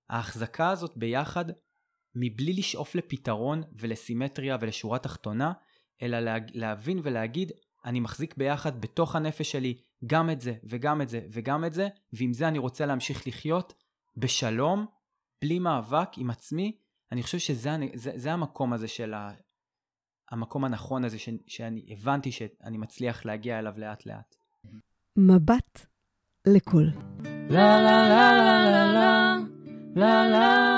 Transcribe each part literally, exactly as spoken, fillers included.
ההחזקה הזאת ביחד, מבלי לשאוף לפתרון ולסימטריה ולשורה תחתונה, אלא לה, להבין ולהגיד, אני מחזיק ביחד בתוך הנפש שלי גם את זה וגם את זה וגם את זה, ועם זה אני רוצה להמשיך לחיות בשלום, בלי מאבק עם עצמי. אני חושב שזה זה, זה המקום הזה של ה, המקום הנכון הזה ש, שאני הבנתי שאני מצליח להגיע אליו לאט לאט. מבט לכל. לה לה לה לה לה לה לה.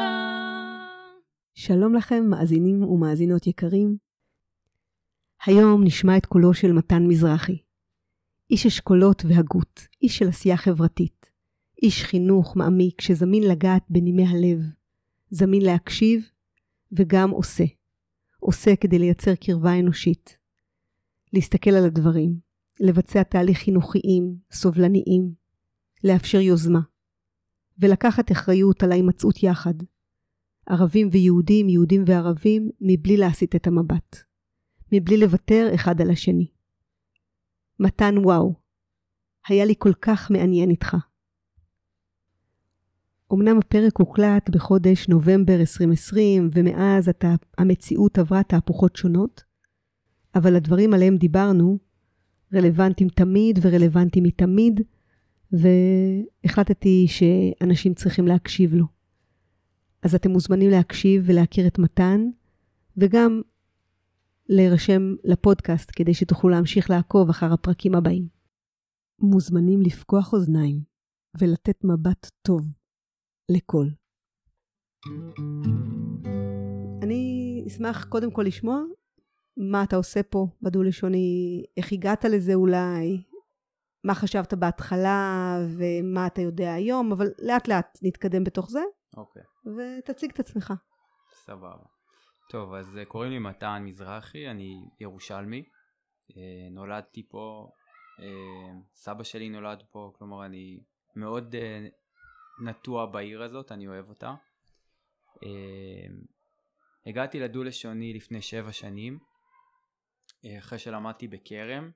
שלום לכם מאזינים ומאזינות יקרים. היום נשמע את קולו של מתן מזרחי. איש אשכולות והגות, איש של עשייה חברתית. איש חינוך מעמיק שזמין לגעת בנימי הלב. זמין להקשיב וגם עושה. עושה כדי לייצר קרבה אנושית. להסתכל על הדברים. לבצע תהליך חינוכיים, סובלניים. לאפשר יוזמה. ולקחת אחריות על ההימצאות יחד. ערבים ויהודים, יהודים וערבים, מבלי להסיט את המבט. מבלי לוותר אחד על השני. מתן וואו, היה לי כל כך מעניין איתך. אמנם הפרק הוקלט בחודש נובמבר עשרים עשרים, ומאז אתה, המציאות עברה תהפוכות שונות, אבל הדברים עליהם דיברנו, רלוונטיים תמיד ורלוונטיים מתמיד, והחלטתי שאנשים צריכים להקשיב לו. אז אתם מוזמנים להקשיב ולהכיר את מתן, וגם להירשם לפודקאסט כדי שתוכלו להמשיך לעקוב אחר הפרקים הבאים. מוזמנים לפקוח אוזניים ולתת מבט טוב לכל. אני אשמח קודם כל לשמוע מה אתה עושה פה בדו-לשוני, איך הגעת לזה אולי, מה חשבת בהתחלה ומה אתה יודע היום, אבל לאט לאט נתקדם בתוך זה. אוקיי. ותציג את עצמך. סבבה. טוב, אז קוראים לי מתן מזרחי, אני ירושלמי. נולדתי פה, סבא שלי נולד פה, כלומר אני מאוד נטוע בעיר הזאת, אני אוהב אותה. הגעתי לדו-לשוני לפני שבע שנים, אחרי שלמדתי בקרם.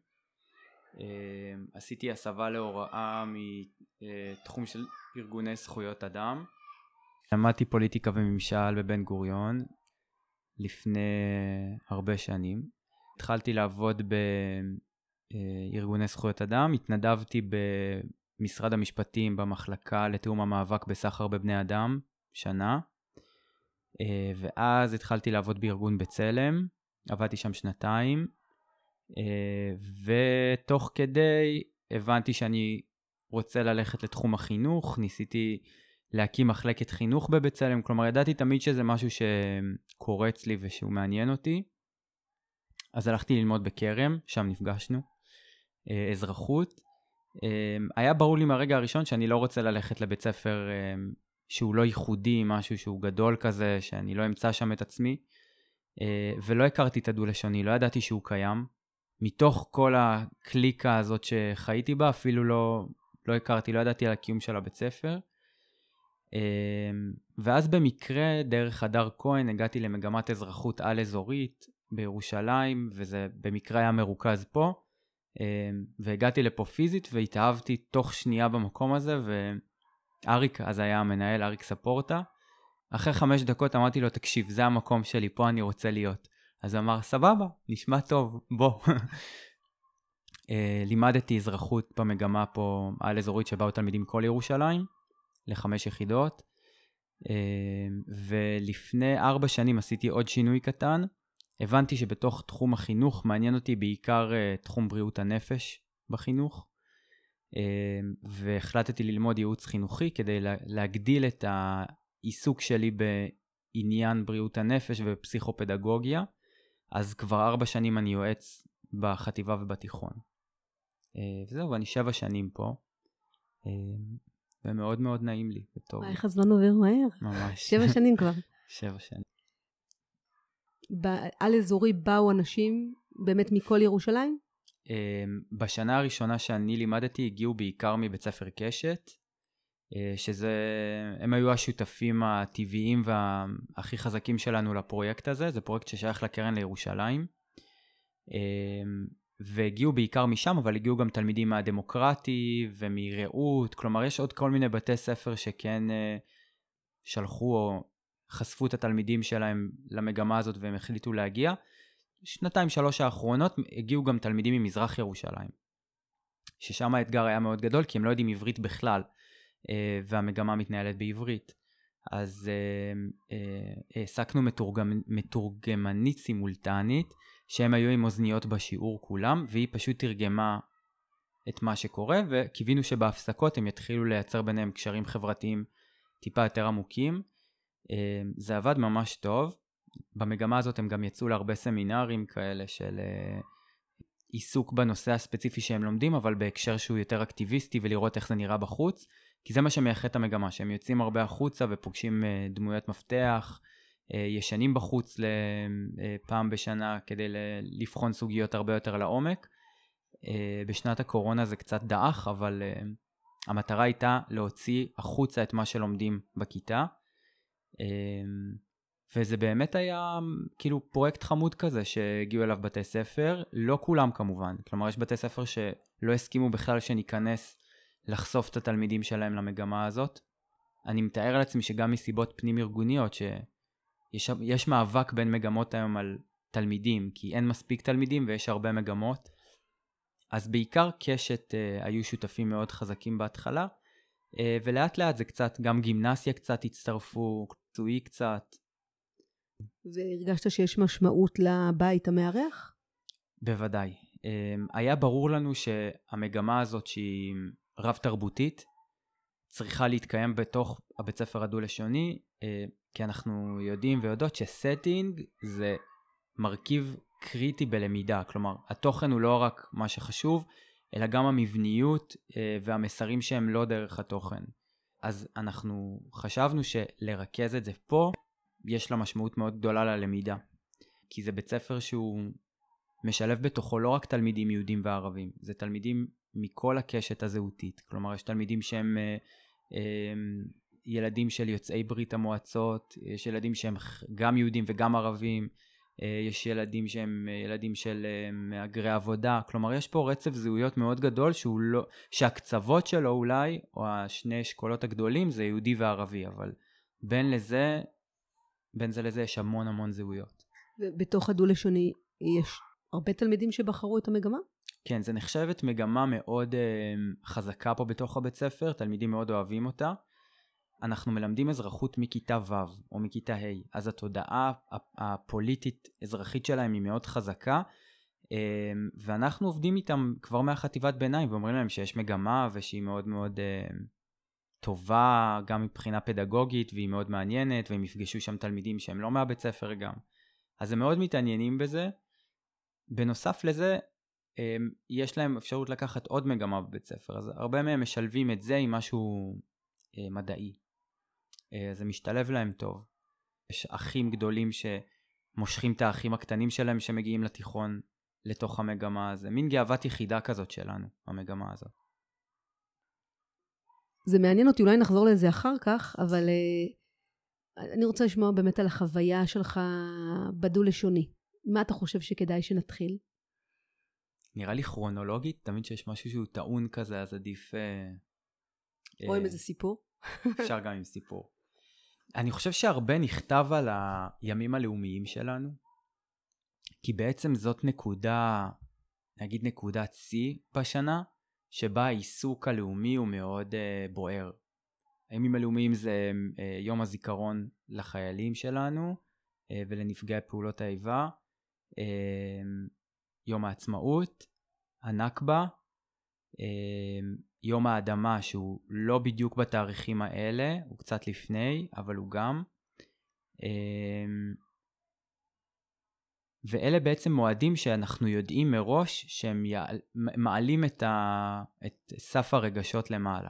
עשיתי הסבה להוראה מתחום של ארגוני זכויות אדם. למדתי פוליטיקה וממשל בבן גוריון לפני הרבה שנים. התחלתי לעבוד בארגוני זכויות אדם, התנדבתי במשרד המשפטים במחלקה לתיאום המאבק בסחר בבני אדם שנה, ואז התחלתי לעבוד בארגון בצלם, עבדתי שם שנתיים, ותוך כדי הבנתי שאני רוצה ללכת לתחום החינוך, ניסיתי להקים מחלקת חינוך בבצלם, כלומר ידעתי תמיד שזה משהו שקורץ לי ושהוא מעניין אותי. אז הלכתי ללמוד בקרם, שם נפגשנו, אזרחות. היה ברור לי מהרגע הראשון שאני לא רוצה ללכת לבית ספר שהוא לא ייחודי, משהו שהוא גדול כזה, שאני לא אמצא שם את עצמי, ולא הכרתי את הדו-לשוני, לא ידעתי שהוא קיים. מתוך כל הקליקה הזאת שחייתי בה, אפילו לא, לא הכרתי, לא ידעתי על הקיום של הבית ספר. ואז במקרה דרך הדר כהן הגעתי למגמת אזרחות על אזורית בירושלים, וזה במקרה היה מרוכז פה, והגעתי לפה פיזית והתאהבתי תוך שנייה במקום הזה, ואריק אז היה המנהל, אריק ספורטה. אחרי חמש דקות אמרתי לו, תקשיב, זה המקום שלי, פה אני רוצה להיות. אז אמר, סבבה, נשמע טוב, בוא. לימדתי אזרחות במגמה פה על אזורית שבאו תלמידים מכל ירושלים, לחמש יחידות, ולפני ארבע שנים עשיתי עוד שינוי קטן. הבנתי שבתוך תחום החינוך מעניין אותי בעיקר תחום בריאות הנפש בחינוך, והחלטתי ללמוד ייעוץ חינוכי כדי להגדיל את העיסוק שלי בעניין בריאות הנפש ופסיכופדגוגיה. אז כבר ארבע שנים אני יועץ בחטיבה ובתיכון. וזהו, ואני שבע שנים פה. ומאוד מאוד נעים לי, וטוב. איך הזמן עובר מהר? ממש. שבע שנים כבר. שבע שנים. על אזורי באו אנשים באמת מכל ירושלים? בשנה הראשונה שאני לימדתי, הגיעו בעיקר מבית ספר קשת, שזה, הם היו השותפים הטבעיים והכי חזקים שלנו לפרויקט הזה, זה פרויקט ששייך לקרן לירושלים. והגיעו בעיקר משם, אבל הגיעו גם תלמידים מהדמוקרטי ומרעות, כלומר יש עוד כל מיני בתי ספר שכן שלחו או חשפו את התלמידים שלהם למגמה הזאת והם החליטו להגיע. שנתיים שלוש האחרונות הגיעו גם תלמידים ממזרח ירושלים, ששם האתגר היה מאוד גדול, כי הם לא יודעים עברית בכלל, והמגמה מתנהלת בעברית. אז העסקנו מתורגמ, מתורגמנית סימולטנית, שהם היו עם אוזניות בשיעור כולם, והיא פשוט תרגמה את מה שקורה, וקיווינו שבהפסקות הם יתחילו לייצר ביניהם קשרים חברתיים טיפה יותר עמוקים. זה עבד ממש טוב. במגמה הזאת הם גם יצאו להרבה סמינרים כאלה של עיסוק בנושא הספציפי שהם לומדים, אבל בהקשר שהוא יותר אקטיביסטי ולראות איך זה נראה בחוץ, כי זה מה שמייחד את המגמה, שהם יוצאים הרבה החוצה ופוגשים דמויות מפתח, ישנים בחוץ לפעם בשנה כדי לבחון סוגיות הרבה יותר לעומק. בשנת הקורונה זה קצת דאח, אבל המטרה הייתה להוציא החוצה את מה שלומדים בכיתה, וזה באמת היה כאילו פרויקט חמוד כזה שהגיעו אליו בתי ספר, לא כולם כמובן, כלומר יש בתי ספר שלא הסכימו בכלל שניכנס לחשוף את התלמידים שלהם למגמה הזאת. אני מתאר לעצמי שגם מסיבות פנים ארגוניות, שיש יש מאבק בין מגמות היום על תלמידים, כי אין מספיק תלמידים ויש הרבה מגמות, אז בעיקר קשת אה, היו שותפים מאוד חזקים בהתחלה, אה, ולאט לאט זה קצת, גם גימנסיה קצת הצטרפו, קצועי קצת. והרגשת שיש משמעות לבית המארח? בוודאי. אה, היה ברור לנו שהמגמה הזאת שהיא רב תרבותית, צריכה להתקיים בתוך הבית ספר הדו-לשוני, אה, כי אנחנו יודעים ויודעות שסטינג זה מרכיב קריטי בלמידה, כלומר התוכן הוא לא רק מה שחשוב, אלא גם המבניות אה, והמסרים שהם לא דרך התוכן. אז אנחנו חשבנו שלרכז את זה פה, יש לה משמעות מאוד גדולה ללמידה, כי זה בית ספר שהוא משלב בתוכו לא רק תלמידים יהודים וערבים, זה תלמידים מכל הקשת הזהותית, כלומר יש תלמידים שהם אה, אה, ילדים של יוצאי ברית המועצות, יש ילדים שהם גם יהודים וגם ערבים, יש ילדים שהם ילדים של מהגרי עבודה, כלומר יש פה רצף זהויות מאוד גדול שהוא לא, שהקצוות שלו אולי, או השני אשכולות הגדולים זה יהודי וערבי, אבל בין לזה, בין זה לזה יש המון המון זהויות. ובתוך הדו-לשוני יש הרבה תלמידים שבחרו את המגמה? כן, זה נחשבת מגמה מאוד uh, חזקה פה בתוך הבית ספר, תלמידים מאוד אוהבים אותה. אנחנו מלמדים אזרחות מכיתה ו' או מכיתה ה', אז התודעה הפוליטית אזרחית שלהם היא מאוד חזקה, ואנחנו עובדים איתם כבר מהחטיבת ביניים, ואומרים להם שיש מגמה ושהיא מאוד מאוד טובה, גם מבחינה פדגוגית, והיא מאוד מעניינת, והם יפגשו שם תלמידים שהם לא מהבית ספר גם. אז הם מאוד מתעניינים בזה. בנוסף לזה, יש להם אפשרות לקחת עוד מגמה בבית ספר, אז הרבה מהם משלבים את זה עם משהו מדעי. זה משתלב להם טוב. יש אחים גדולים שמושכים את האחים הקטנים שלהם שמגיעים לתיכון לתוך המגמה. זה מין גאוות יחידה כזאת שלנו, המגמה הזאת. זה מעניין אותי, אולי נחזור לזה אחר כך, אבל אני רוצה לשמוע באמת על החוויה שלך בדו-לשוני. מה אתה חושב שכדאי שנתחיל? נראה לי כרונולוגית, תמיד שיש משהו שהוא טעון כזה, אז עדיף... או עם איזה סיפור? אפשר גם עם סיפור. אני חושב שהרבה נכתב על הימים הלאומיים שלנו, כי בעצם זאת נקודה, נגיד נקודת C בשנה, שבה העיסוק הלאומי הוא מאוד uh, בוער. הימים הלאומיים זה uh, יום הזיכרון לחיילים שלנו, uh, ולנפגעי פעולות האיבה, uh, יום העצמאות, הנכבה, uh, יום האדמה שהוא לא בדיוק בתאריכים האלה, הוא קצת לפני, אבל הוא גם. ואלה בעצם מועדים שאנחנו יודעים מראש שהם מעלים את, ה... את סף הרגשות למעלה.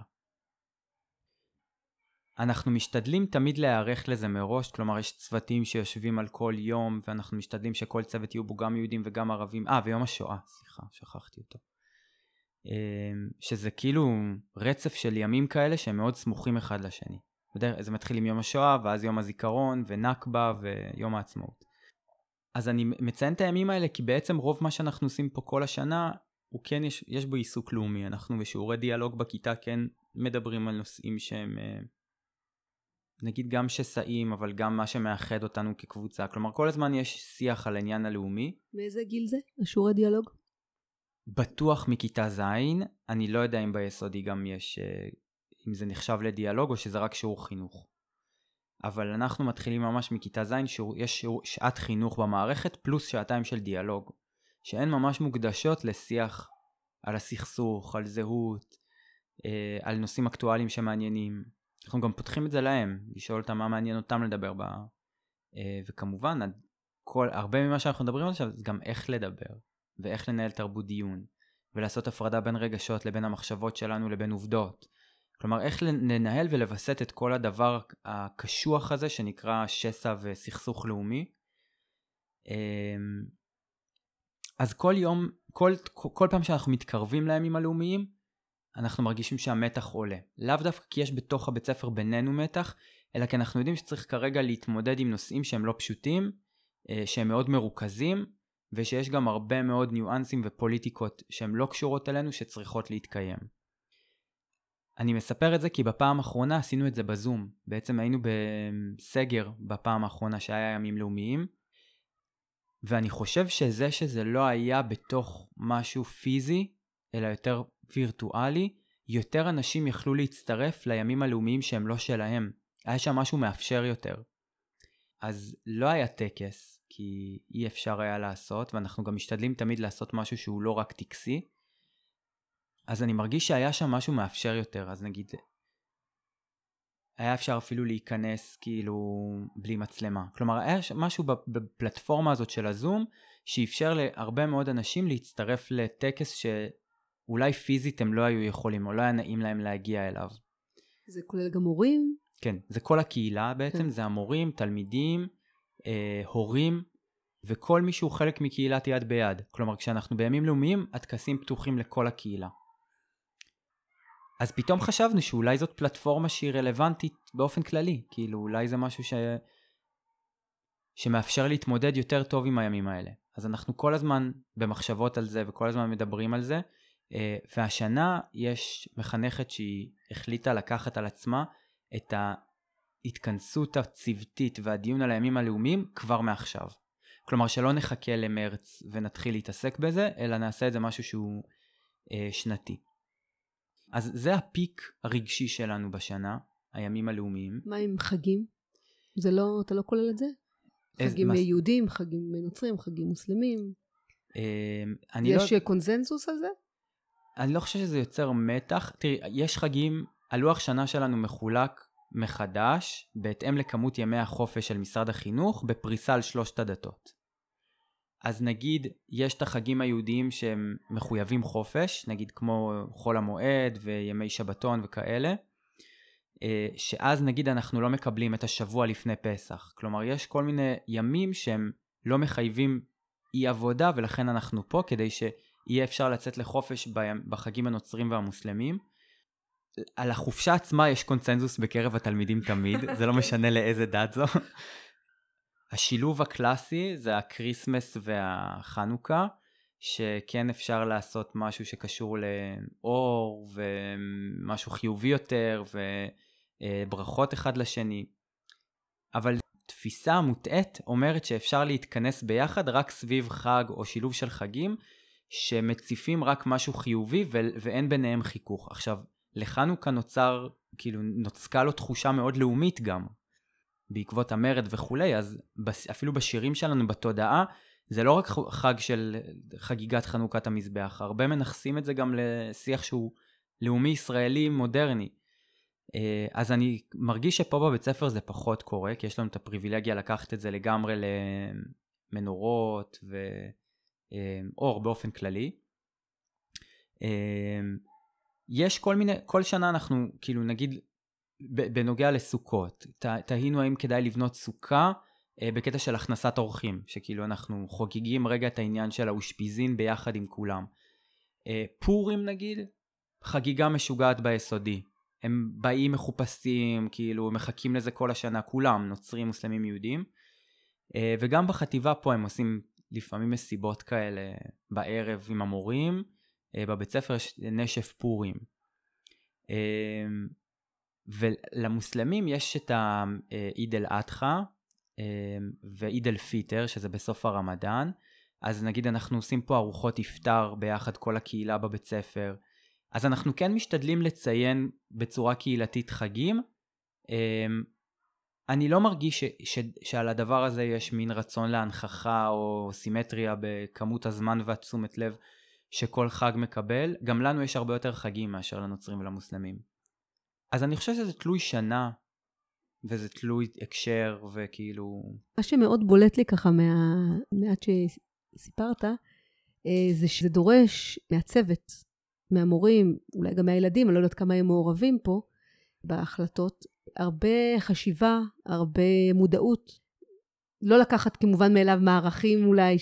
אנחנו משתדלים תמיד להיערך לזה מראש, כלומר יש צוותים שיושבים על כל יום, ואנחנו משתדלים שכל צוות יהיו בו גם יהודים וגם ערבים. אה, ויום השואה, סליחה, שכחתי אותו. שזה כאילו רצף של ימים כאלה שהם מאוד סמוכים אחד לשני. זה מתחיל עם יום השואה, ואז יום הזיכרון, ונכבה, ויום העצמאות. אז אני מציין את הימים האלה, כי בעצם רוב מה שאנחנו עושים פה כל השנה, הוא כן, יש, יש בו עיסוק לאומי. אנחנו בשיעורי דיאלוג בכיתה כן מדברים על נושאים שהם נגיד גם שסעים, אבל גם מה שמאחד אותנו כקבוצה. כלומר, כל הזמן יש שיח על העניין הלאומי. מאיזה גיל זה? השיעורי דיאלוג? בטוח מכיתה זין, אני לא יודע אם ביסודי גם יש, אם זה נחשב לדיאלוג או שזה רק שיעור חינוך. אבל אנחנו מתחילים ממש מכיתה זין, יש שיעור, שעת חינוך במערכת, פלוס שעתיים של דיאלוג, שהן ממש מוקדשות לשיח על הסכסוך, על זהות, על נושאים אקטואליים שמעניינים. אנחנו גם פותחים את זה להם, לשאול אותם מה מעניין אותם לדבר בה. וכמובן, כל, הרבה ממה שאנחנו מדברים עכשיו, זה גם איך לדבר, ואיך לנהל תרבות דיון, ולעשות הפרדה בין רגשות לבין המחשבות שלנו לבין עובדות. כלומר, איך לנהל ולבסט את כל הדבר הקשוח הזה שנקרא שסע וסכסוך לאומי. אז כל יום, כל, כל פעם שאנחנו מתקרבים לימים הלאומיים, אנחנו מרגישים שהמתח עולה. לאו דווקא כי יש בתוך הבית ספר בינינו מתח, אלא כי אנחנו יודעים שצריך כרגע להתמודד עם נושאים שהם לא פשוטים, שהם מאוד מרוכזים, ושיש גם הרבה מאוד ניואנסים ופוליטיקות שהם לא קשורות אלינו שצריכות להתקיים. אני מספר את זה כי בפעם האחרונה עשינו את זה בזום. בעצם היינו בסגר בפעם האחרונה שהיה ימים לאומיים, ואני חושב שזה שזה לא היה בתוך משהו פיזי, אלא יותר וירטואלי, יותר אנשים יכלו להצטרף לימים הלאומיים שהם לא שלהם. היה שם משהו מאפשר יותר. אז לא היה טקס, כי אי אפשר היה לעשות, ואנחנו גם משתדלים תמיד לעשות משהו שהוא לא רק טקסי. אז אני מרגיש שהיה שם משהו מאפשר יותר, אז נגיד, היה אפשר אפילו להיכנס כאילו בלי מצלמה. כלומר, היה משהו בפלטפורמה הזאת של הזום, שאפשר להרבה מאוד אנשים להצטרף לטקס שאולי פיזית הם לא היו יכולים, או לא היה נעים להם להגיע אליו. זה כולל גם מורים? כן, זה כל הקהילה בעצם, כן. זה המורים, תלמידים, אה, הורים, וכל מי שהוא חלק מקהילת יד ביד. כלומר, כשאנחנו בימים לאומיים, הטקסים פתוחים לכל הקהילה. אז פתאום חשבנו שאולי זאת פלטפורמה שהיא רלוונטית באופן כללי, כאילו אולי זה משהו ש... שמאפשר להתמודד יותר טוב עם הימים האלה. אז אנחנו כל הזמן במחשבות על זה וכל הזמן מדברים על זה, והשנה יש מחנכת שהיא החליטה לקחת על עצמה את ההתכנסות הצוותית והדיון על הימים הלאומיים כבר מעכשיו. כלומר שלא נחכה למרץ ונתחיל להתעסק בזה, אלא נעשה את זה משהו שהוא אה, שנתי. אז זה הפיק הרגשי שלנו בשנה, הימים הלאומיים. מה עם חגים? זה לא, אתה לא כולל את זה? חגים מס... יהודים, חגים נוצרים, חגים מוסלמים. אה, אני יש לא... קונזנזוס על זה? אני לא חושב שזה יוצר מתח. תראי, יש חגים, הלוח שנה שלנו מחולק מחדש, בהתאם לכמות ימי החופש של משרד החינוך, בפריסה על שלושת הדתות. אז נגיד, יש את החגים היהודיים שהם מחויבים חופש, נגיד כמו חול המועד וימי שבתון וכאלה, שאז נגיד אנחנו לא מקבלים את השבוע לפני פסח. כלומר, יש כל מיני ימים שהם לא מחייבים אי עבודה, ולכן אנחנו פה כדי שיהיה אפשר לצאת לחופש בחגים הנוצרים והמוסלמים. על החופשה עצמה יש קונצנזוס בקרב התלמידים תמיד, זה לא משנה לאיזה דת זו. השילוב הקלאסי זה הקריסמס והחנוכה, שכן אפשר לעשות משהו שקשור לאור ומשהו חיובי יותר וברכות אחד לשני. אבל תפיסה מוטעת אומרת שאפשר להתכנס ביחד רק סביב חג או שילוב של חגים שמציפים רק משהו חיובי ואין ביניהם חיכוך. עכשיו, לחנוכה נוצר, כאילו נוצקה לו תחושה מאוד לאומית גם. בעקבות המרד וכולי, אז אפילו בשירים שלנו בתודעה, זה לא רק חג של חגיגת חנוכת המזבח, הרבה מנחסים את זה גם לשיח שהוא לאומי ישראלי מודרני. אז אני מרגיש שפה בבית ספר זה פחות קורה, כי יש לנו את הפריבילגיה לקחת את זה לגמרי למנורות ואור באופן כללי. יש כל מיני, כל שנה אנחנו כאילו נגיד, בנוגע לסוכות, תהינו האם כדאי לבנות סוכה בקטע של הכנסת אורחים, שכאילו אנחנו חוגגים רגע את העניין של האושפיזין ביחד עם כולם. פורים נגיד, חגיגה משוגעת ביסודי. הם באים מחופשים, כאילו מחכים לזה כל השנה, כולם, נוצרים, מוסלמים, יהודים. וגם בחטיבה פה הם עושים לפעמים מסיבות כאלה בערב עם המורים, בבית ספר יש נשף פורים. ולמוסלמים יש את העיד אל אדחא ועיד אל פיטר, שזה בסוף הרמדאן. אז נגיד אנחנו עושים פה ארוחות iftar ביחד כל הקהילה בבית ספר. אז אנחנו כן משתדלים לציין בצורה קהילתית חגים. אני לא מרגיש ש, ש, שעל הדבר הזה יש מין רצון להנכחה או סימטריה בכמות הזמן והתשומת לב שכל חג מקבל. גם לנו יש הרבה יותר חגים מאשר לנוצרים ולמוסלמים. אז אני חושב שזה תלוי שנה, וזה תלוי הקשר, וכאילו... מה שמאוד בולט לי ככה מהמעט שסיפרת, זה שזה דורש מהצוות, מהמורים, אולי גם מהילדים, אני לא יודעת כמה הם מעורבים פה, בהחלטות, הרבה חשיבה, הרבה מודעות, לא לקחת כמובן מאליו מערכים אולי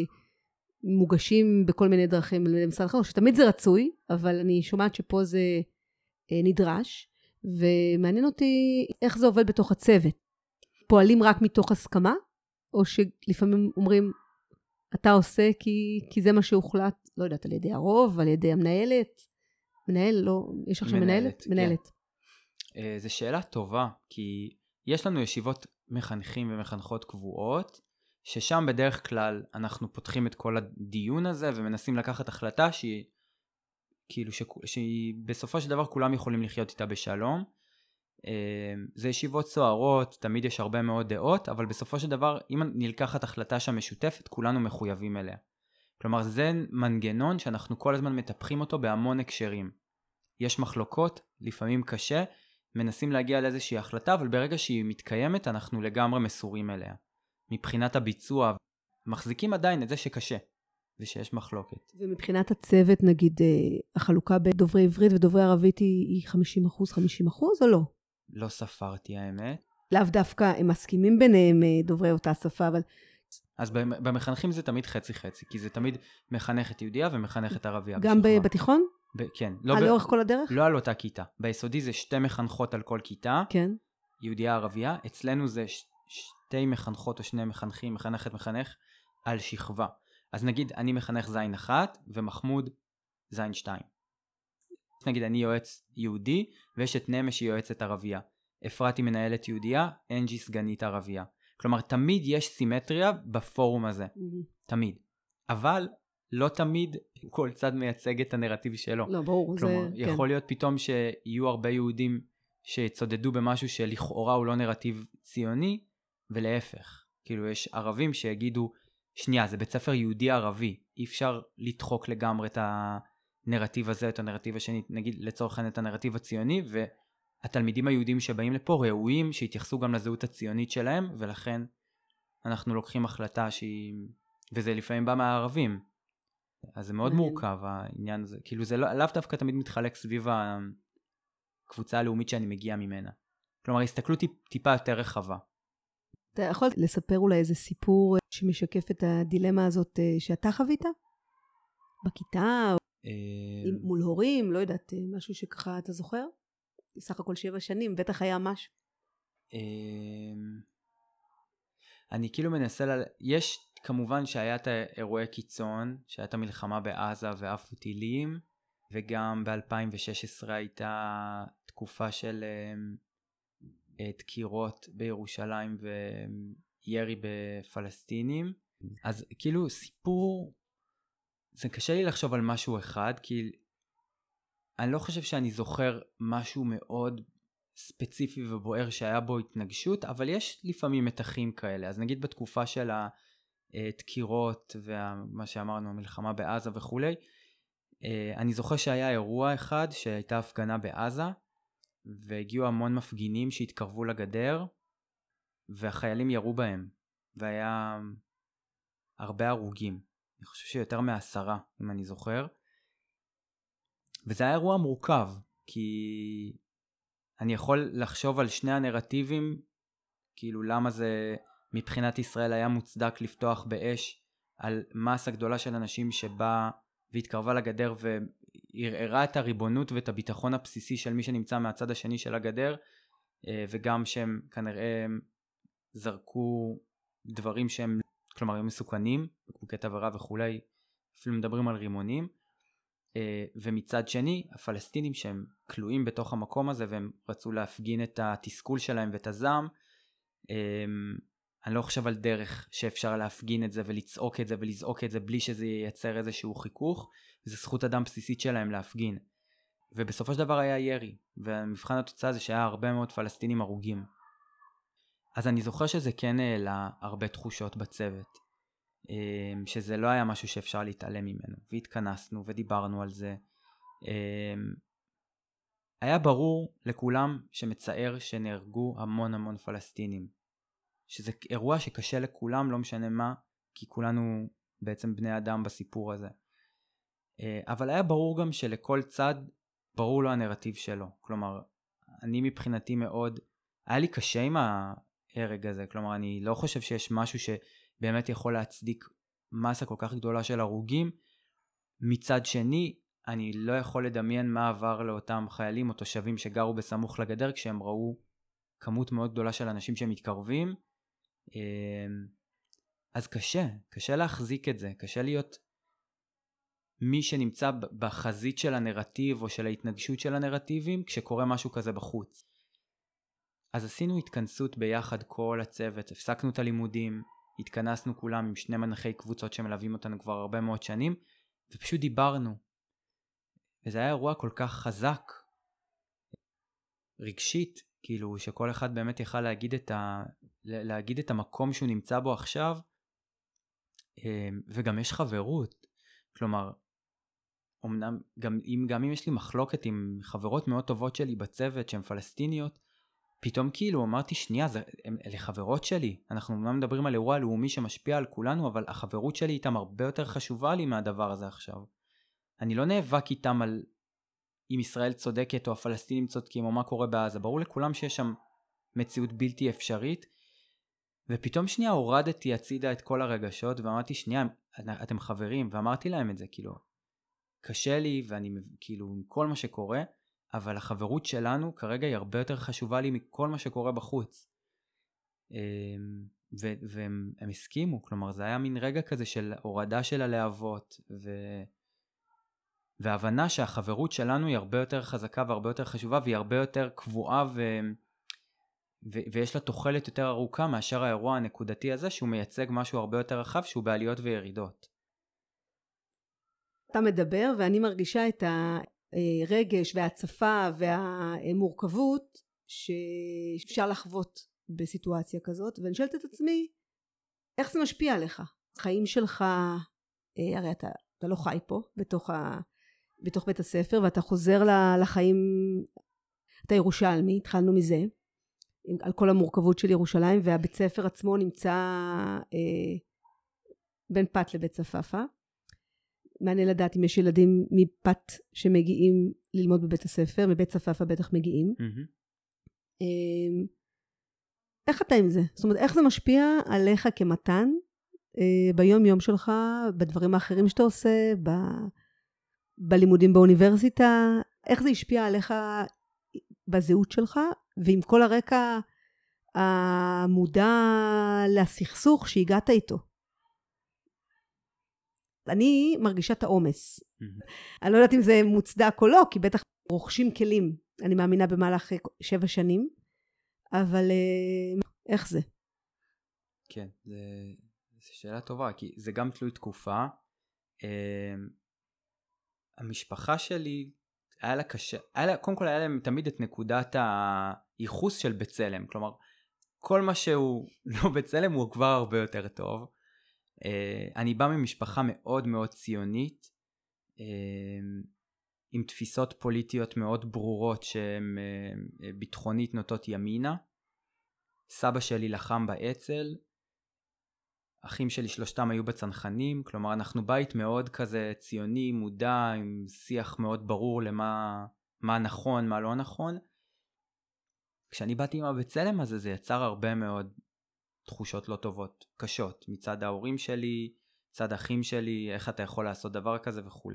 שמוגשים בכל מיני דרכים למשרד החינוך, שתמיד זה רצוי, אבל אני שומעת שפה זה נדרש, ומעניין אותי איך זה עובד בתוך הצוות. פועלים רק מתוך הסכמה, או שלפעמים אומרים, אתה עושה כי, כי זה מה שהוחלט, לא יודעת, על ידי הרוב, על ידי המנהלת, מנהל, לא, יש עכשיו מנהלת? מנהלת. כן. זו שאלה טובה, כי יש לנו ישיבות מחנכים ומחנכות קבועות, ששם בדרך כלל אנחנו פותחים את כל הדיון הזה, ומנסים לקחת החלטה שהיא, כאילו ש... שהיא בסופו של דבר כולם יכולים לחיות איתה בשלום. זה ישיבות סוערות, תמיד יש הרבה מאוד דעות, אבל בסופו של דבר אם נלקחת החלטה שהמשותפת, כולנו מחויבים אליה. כלומר זה מנגנון שאנחנו כל הזמן מטפחים אותו בהמון הקשרים. יש מחלוקות, לפעמים קשה, מנסים להגיע לאיזושהי החלטה, אבל ברגע שהיא מתקיימת אנחנו לגמרי מסורים אליה. מבחינת הביצוע, מחזיקים עדיין את זה שקשה. ושיש מחלוקת. ומבחינת הצוות, נגיד, החלוקה בדוברי עברית ודוברי ערבית היא חמישים אחוז, חמישים אחוז או לא? לא ספרתי האמת. לאו דווקא, הם מסכימים ביניהם דוברי אותה שפה, אבל... אז במחנכים זה תמיד חצי חצי, כי זה תמיד מחנכת יהודיה ומחנכת ערבייה. גם בשכבה. בתיכון? ב- כן. לא על ב- לאורך כל הדרך? לא על אותה כיתה. ביסודי זה שתי מחנכות על כל כיתה. כן. יהודיה ערבייה. אצלנו זה ש- שתי מחנכות או שני מחנכים, מחנכת מחנך, על שכבה. אז נגיד אני מחנך זין אחת ומחמוד זין שתיים. נגיד אני יועץ יהודי ויש את נמש יועצת ערבייה. אפרתי מנהלת יהודיה, אנג'י סגנית ערבייה. כלומר תמיד יש סימטריה בפורום הזה. Mm-hmm. תמיד. אבל לא תמיד כל צד מייצג את הנרטיב שלו. לא, ברור. כלומר זה... יכול כן. להיות פתאום שיהיו הרבה יהודים שצודדו במשהו שלכאורה הוא לא נרטיב ציוני, ולהפך. כאילו יש ערבים שיגידו שנייה, זה בית ספר יהודי ערבי, אי אפשר לדחוק לגמרי את הנרטיב הזה, את הנרטיב השני, נגיד לצורך העניין את הנרטיב הציוני, והתלמידים היהודים שבאים לפה ראויים שהתייחסו גם לזהות הציונית שלהם, ולכן אנחנו לוקחים החלטה שהיא, וזה לפעמים בא מהערבים, אז זה מאוד מורכב העניין הזה, כאילו זה לא, לאו דווקא תמיד מתחלק סביב הקבוצה הלאומית שאני מגיע ממנה, כלומר הסתכלות טיפה יותר רחבה. אתה יכול לספר אולי איזה סיפור שמשקף את הדילמה הזאת שאתה חווית? בכיתה? מול הורים? לא יודעת, משהו שככה אתה זוכר? סך הכל שבע שנים, בטח היה משהו. אני כאילו מנסה, ל... יש כמובן שהיה את האירועי קיצון, שהיה את המלחמה בעזה ואף טילים, וגם ב-אלפיים ושש עשרה הייתה תקופה של... דקירות בירושלים וירי בפלסטינים. אז כאילו סיפור, זה קשה לי לחשוב על משהו אחד, כי אני לא חושב שאני זוכר משהו מאוד ספציפי ובוער שהיה בו התנגשות, אבל יש לפעמים מתחים כאלה. אז נגיד בתקופה של הדקירות ומה שאמרנו, המלחמה בעזה וכו', אני זוכר שהיה אירוע אחד שהייתה הפגנה בעזה, והגיעו המון מפגינים שהתקרבו לגדר, והחיילים ירו בהם, והיה הרבה הרוגים. אני חושב שיותר מעשרה, אם אני זוכר. וזה היה אירוע מורכב, כי אני יכול לחשוב על שני הנרטיבים, כאילו למה זה מבחינת ישראל היה מוצדק לפתוח באש, על מסה גדולה של אנשים שבא והתקרבה לגדר ו... ערערה את הריבונות ואת הביטחון הבסיסי של מי שנמצא מהצד השני של הגדר, וגם שהם כנראה זרקו דברים שהם, כלומר, היו מסוכנים, בקבוקי תבערה וכולי, אפילו מדברים על רימונים, ומצד שני, הפלסטינים שהם כלואים בתוך המקום הזה, והם רצו להפגין את התסכול שלהם ואת הזעם, אני לא חושב על דרך שאפשר להפגין את זה ולצעוק את זה ולזעוק את זה בלי שזה ייצר איזשהו חיכוך, וזו זכות אדם בסיסית שלהם להפגין. ובסופו של דבר היה ירי, ומבחן התוצאה זה שהיה הרבה מאוד פלסטינים הרוגים. אז אני זוכר שזה כן העלה הרבה תחושות בצוות, שזה לא היה משהו שאפשר להתעלם ממנו, והתכנסנו ודיברנו על זה. היה ברור לכולם שמצער שנהרגו המון המון פלסטינים, שזה אירוע שקשה לכולם, לא משנה מה, כי כולנו בעצם בני אדם בסיפור הזה. אבל היה ברור גם שלכל צד ברור לו הנרטיב שלו. כלומר, אני מבחינתי מאוד, היה לי קשה עם ההרג הזה. כלומר, אני לא חושב שיש משהו שבאמת יכול להצדיק מסה כל כך גדולה של הרוגים. מצד שני, אני לא יכול לדמיין מה עבר לאותם חיילים או תושבים שגרו בסמוך לגדר, כשהם ראו כמות מאוד גדולה של אנשים שמתקרבים. אז קשה, קשה להחזיק את זה, קשה להיות מי שנמצא בחזית של הנרטיב או של ההתנגשות של הנרטיבים כשקורה משהו כזה בחוץ. אז עשינו התכנסות ביחד כל הצוות, הפסקנו את הלימודים, התכנסנו כולם עם שני מנחי קבוצות שמלווים אותנו כבר הרבה מאוד שנים, ופשוט דיברנו. וזה היה אירוע כל כך חזק, רגשית, כאילו שכל אחד באמת יכל להגיד את, ה... להגיד את המקום שהוא נמצא בו עכשיו, וגם יש חברות. כלומר, אמנם, גם אם, גם אם יש לי מחלוקת עם חברות מאוד טובות שלי בצוות שהן פלסטיניות, פתאום כאילו אמרתי שנייה, זה, הם, אלה חברות שלי. אנחנו אמנם מדברים על אירוע לאומי שמשפיע על כולנו, אבל החברות שלי איתם הרבה יותר חשובה לי מהדבר הזה עכשיו. אני לא נאבק איתם על אם ישראל צודקת או הפלסטינים צודקים או מה קורה בעזה. ברור לכולם שיש שם מציאות בלתי אפשרית, ופתאום שנייה הורדתי הצידה את כל הרגשות ואמרתי שנייה, אתם חברים, ואמרתי להם את זה, כאילו, קשה לי ואני כאילו עם כל מה שקורה, אבל החברות שלנו כרגע היא הרבה יותר חשובה לי מכל מה שקורה בחוץ. ו- והם הם הסכימו, כלומר זה היה מין רגע כזה של הורדה של הלהבות, ו- והבנה שהחברות שלנו היא הרבה יותר חזקה והרבה יותר חשובה, והיא הרבה יותר קבועה ו... ו- ויש לה תוחלת יותר ארוכה מאשר האירוע הנקודתי הזה, שהוא מייצג משהו הרבה יותר רחב, שהוא בעליות וירידות. אתה מדבר ואני מרגישה את הרגש והצפה והמורכבות שאפשר לחוות בסיטואציה כזאת, ואני שואלת את עצמי, איך זה משפיע עליך? חיים שלך, הרי אתה, אתה לא חי פה בתוך, ה, בתוך בית הספר, ואתה חוזר לחיים, אתה ירושלמי, התחלנו מזה, על כל המורכבות של ירושלים, והבית ספר עצמו נמצא אה, בין פת לבית צפאפא. מעניין לדעת אם יש ילדים מפת שמגיעים ללמוד בבית הספר, מבית צפאפא בטח מגיעים. Mm-hmm. אה, איך אתה עם זה? זאת אומרת, איך זה משפיע עליך כמתן, אה, ביום יום שלך, בדברים האחרים שאתה עושה, ב, בלימודים באוניברסיטה, איך זה השפיע עליך בזהות שלך, ועם כל הרקע המודע לסכסוך שהגעת איתו. אני מרגישה את העומס. Mm-hmm. אני לא יודעת אם זה מוצדק או לא, כי בטח רוכשים כלים, אני מאמינה במהלך שבע שנים, אבל איך זה? כן, זו שאלה טובה, כי זה גם תלוי תקופה. המשפחה שלי, היה לה קשה, היה לה, קודם כל היה להם תמיד את נקודת הייחוס של בצלם, כלומר, כל מה שהוא לא בצלם הוא כבר הרבה יותר טוב. אני בא ממשפחה מאוד מאוד ציונית, עם תפיסות פוליטיות מאוד ברורות שהן ביטחונית נוטות ימינה. סבא שלי לחם באצ"ל, אחים שלי שלושתם היו בצנחנים, כלומר אנחנו בית מאוד כזה ציוני, מודע, עם שיח מאוד ברור למה מה נכון, מה לא נכון. כשאני באתי עם הבצלם הזה, זה יצר הרבה מאוד תחושות לא טובות, קשות, מצד ההורים שלי, מצד האחים שלי, איך אתה יכול לעשות דבר כזה וכו'.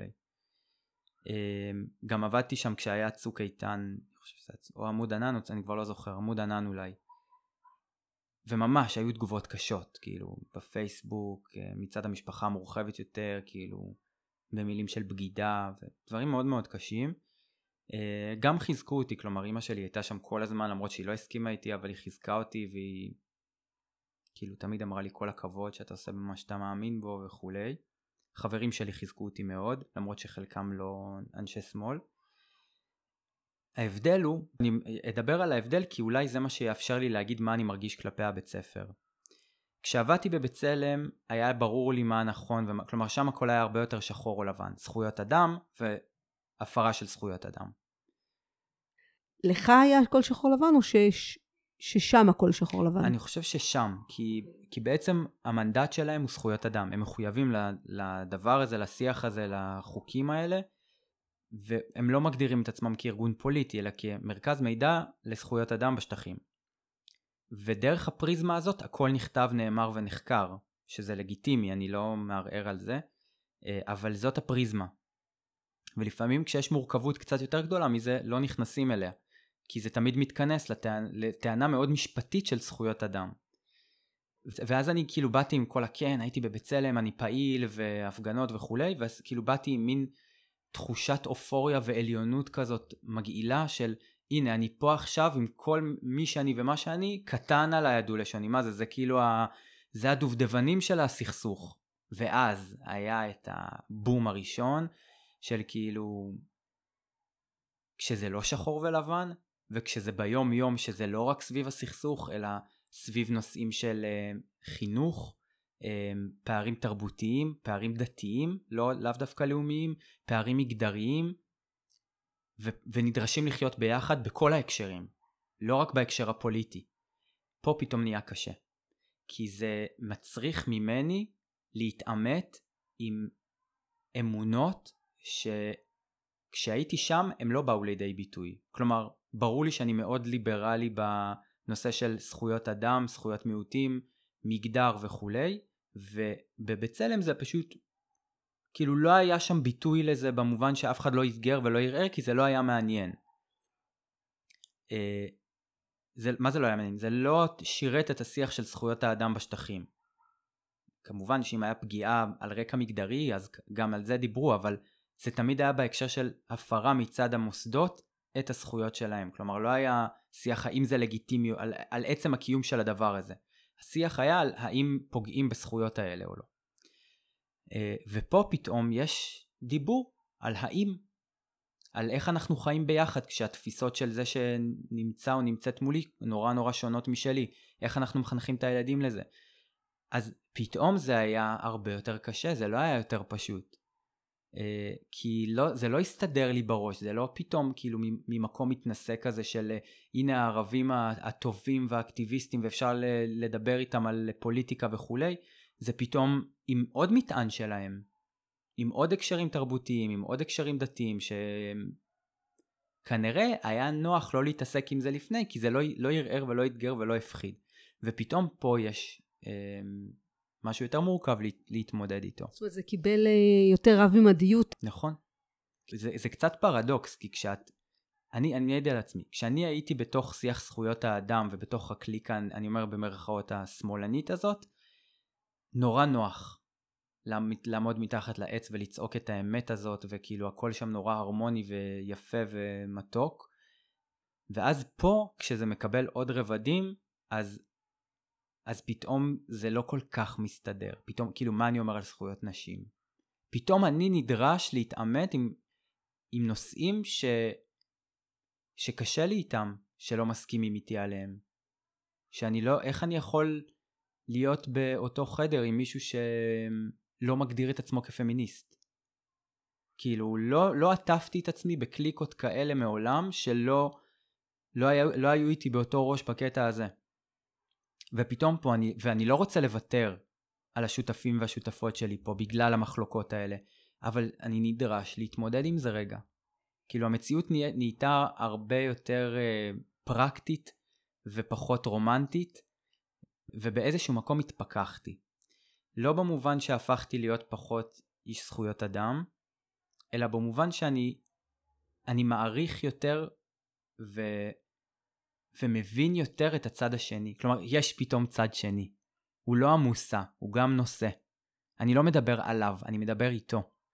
גם עבדתי שם כשהיה צוק איתן, או עמוד ענן, אני כבר לא זוכר, עמוד ענן אולי. וממש היו תגובות קשות, כאילו, בפייסבוק, מצד המשפחה המורחבת יותר, כאילו, במילים של בגידה ודברים מאוד מאוד קשים. גם חיזקו אותי, כלומר אמא שלי הייתה שם כל הזמן למרות שהיא לא הסכימה איתי, אבל היא חיזקה אותי והיא כאילו תמיד אמרה לי כל הכבוד שאתה עושה במה שאתה מאמין בו וכולי. חברים שלי חיזקו אותי מאוד, למרות שחלקם לא אנשי שמאל. ההבדל הוא, אני אדבר על ההבדל כי אולי זה מה שיאפשר לי להגיד מה אני מרגיש כלפי הבית ספר. כשעבדתי בבצלם היה ברור לי מה נכון, ומה, כלומר שם הכל היה הרבה יותר שחור או לבן, זכויות אדם והפרה של זכויות אדם. לך היה הכל שחור לבן או שש, ששם הכל שחור לבן? אני חושב ששם, כי, כי בעצם המנדט שלהם הוא זכויות אדם, הם מחויבים לדבר הזה, לשיח הזה, לחוקים האלה, והם לא מגדירים את עצמם כארגון פוליטי, אלא כמרכז מידע לזכויות אדם בשטחים. ודרך הפריזמה הזאת הכל נכתב, נאמר ונחקר, שזה לגיטימי, אני לא מערער על זה, אבל זאת הפריזמה. ולפעמים כשיש מורכבות קצת יותר גדולה מזה, לא נכנסים אליה, כי זה תמיד מתכנס לטענה, לטענה מאוד משפטית של זכויות אדם. ואז אני כאילו באתי עם כל הכן, הייתי בבצלם, אני פעיל והפגנות וכולי, ואז כאילו באתי עם מין תחושת אופוריה ועליונות כזאת מגעילה של הנה אני פה עכשיו עם כל מי שאני ומה שאני קטן על הידו לשוני. מה זה? זה כאילו ה... זה הדובדבנים של הסכסוך. ואז היה את הבום הראשון של כאילו כשזה לא שחור ולבן, וכשזה ביום יום שזה לא רק סביב הסכסוך אלא סביב נושאים של uh, חינוך, um, פערים תרבותיים, פערים דתיים, לא לאו דווקא לאומיים, פערים מגדריים, ו- ונדרשים לחיות ביחד בכל ההקשרים, לא רק בהקשר הפוליטי. פה פתאום נהיה קשה, כי זה מצריך ממני להתעמת עם אמונות שכשהייתי שם הם לא באו לידי ביטוי. כלומר, ברור לי שאני מאוד ליברלי בנושא של זכויות אדם, זכויות מיעוטים, מגדר וכולי, ובבצלם זה פשוט כאילו לא היה שם ביטוי לזה במובן שאף אחד לא יסגר ולא יראה, כי זה לא היה מעניין. אה, זה, מה זה לא היה מעניין? זה לא שירת את השיח של זכויות האדם בשטחים. כמובן שאם היה פגיעה על רקע מגדרי, אז גם על זה דיברו, אבל זה תמיד היה בהקשר של הפרה מצד המוסדות את הזכויות שלהם. כלומר, לא היה שיח האם זה לגיטימי, על, על עצם הקיום של הדבר הזה. השיח היה על האם פוגעים בזכויות האלה או לא. ופה פתאום יש דיבור על האם, על איך אנחנו חיים ביחד, כשהתפיסות של זה שנמצא או נמצאת מולי נורא נורא שונות משלי, איך אנחנו מחנכים את הילדים לזה. אז פתאום זה היה הרבה יותר קשה, זה לא היה יותר פשוט. כי לא, זה לא הסתדר לי בראש, זה לא פתאום כאילו ממקום מתנשא כזה של הנה הערבים הטובים והאקטיביסטים ואפשר לדבר איתם על פוליטיקה וכולי, זה פתאום עם עוד מטען שלהם, עם עוד הקשרים תרבותיים, עם עוד הקשרים דתיים, שכנראה היה נוח לא להתעסק עם זה לפני, כי זה לא, לא ירער ולא יתגר ולא הפחיד. ופתאום פה יש אה, משהו יותר מורכב לה, להתמודד איתו. זאת אומרת, זה קיבל אה, יותר רב-ממדיות. נכון. זה, זה קצת פרדוקס, כי כשאת, אני, אני יודע על עצמי, כשאני הייתי בתוך שיח זכויות האדם, ובתוך הקליקה, אני אומר במרכאות השמאלנית הזאת, נורא נוח לעמוד מתחת לעץ ולצעוק את האמת הזאת, וכאילו הכל שם נורא הרמוני ויפה ומתוק. ואז פה, כשזה מקבל עוד רבדים, אז, אז פתאום זה לא כל כך מסתדר. פתאום, כאילו, מה אני אומר על זכויות נשים? פתאום אני נדרש להתעמת עם, עם נושאים ש, שקשה לי איתם, שלא מסכימים איתי עליהם. שאני לא, איך אני יכול להיות באותו חדר עם מישהו שלא מגדיר את עצמו כפמיניסט. כאילו, לא, לא עטפתי את עצמי בקליקות כאלה מעולם, שלא לא היה, לא היו איתי באותו ראש בקטע הזה. ופתאום פה, אני, ואני לא רוצה לוותר על השותפים והשותפות שלי פה, בגלל המחלוקות האלה, אבל אני נדרש להתמודד עם זה רגע. כאילו, המציאות נה, נהייתה הרבה יותר אה, פרקטית ופחות רומנטית, ובאיזשהו מקום התפכחתי. לא במובן שהפכתי להיות פחות איש זכויות אדם, אלא במובן שאני אני מעריך יותר ו, ומבין יותר את הצד השני. כלומר, יש פתאום צד שני. הוא לא המושא, הוא גם נושא. אני לא מדבר עליו, אני מדבר איתו.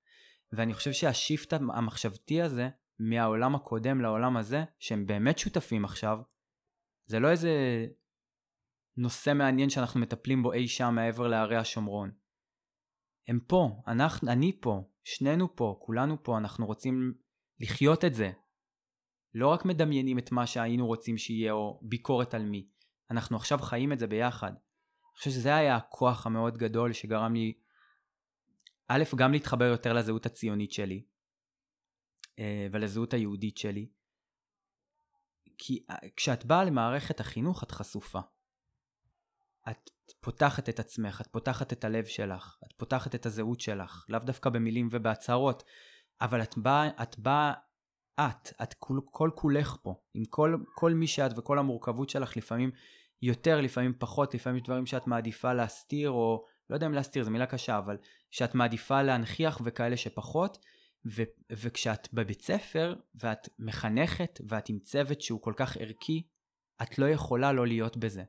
ואני חושב שהשיפט המחשבתי הזה, מהעולם הקודם לעולם הזה, שהם באמת שותפים עכשיו, זה לא איזה נושא מעניין שאנחנו מטפלים בו אי שם מעבר להרי השומרון. הם פה, אנחנו, אני פה, שנינו פה, כולנו פה, אנחנו רוצים לחיות את זה. לא רק מדמיינים את מה שהיינו רוצים שיהיה, או ביקורת על מי. אנחנו עכשיו חיים את זה ביחד. אני חושב שזה היה הכוח המאוד גדול שגרם לי, א', גם להתחבר יותר לזהות הציונית שלי, ולזהות היהודית שלי. כי כשאת באה למערכת החינוך, את חשופה. את פותחת את עצמך, את פותחת את הלב שלך, את פותחת את הזהות שלך, לאו דווקא במילים ובהצהרות, אבל את באה, את באה, את, את כל, כל כולך פה, עם כל, כל מי שאת וכל המורכבות שלך, לפעמים יותר, לפעמים פחות, לפעמים דברים שאת מעדיפה להסתיר, או לא יודע אם להסתיר, זו מילה קשה, אבל שאת מעדיפה להנכיח וכאלה שפחות, ו, וכשאת בבית ספר, ואת מחנכת, ואת עם צוות שהוא כל כך ערכי, את לא יכולה לא להיות בזה.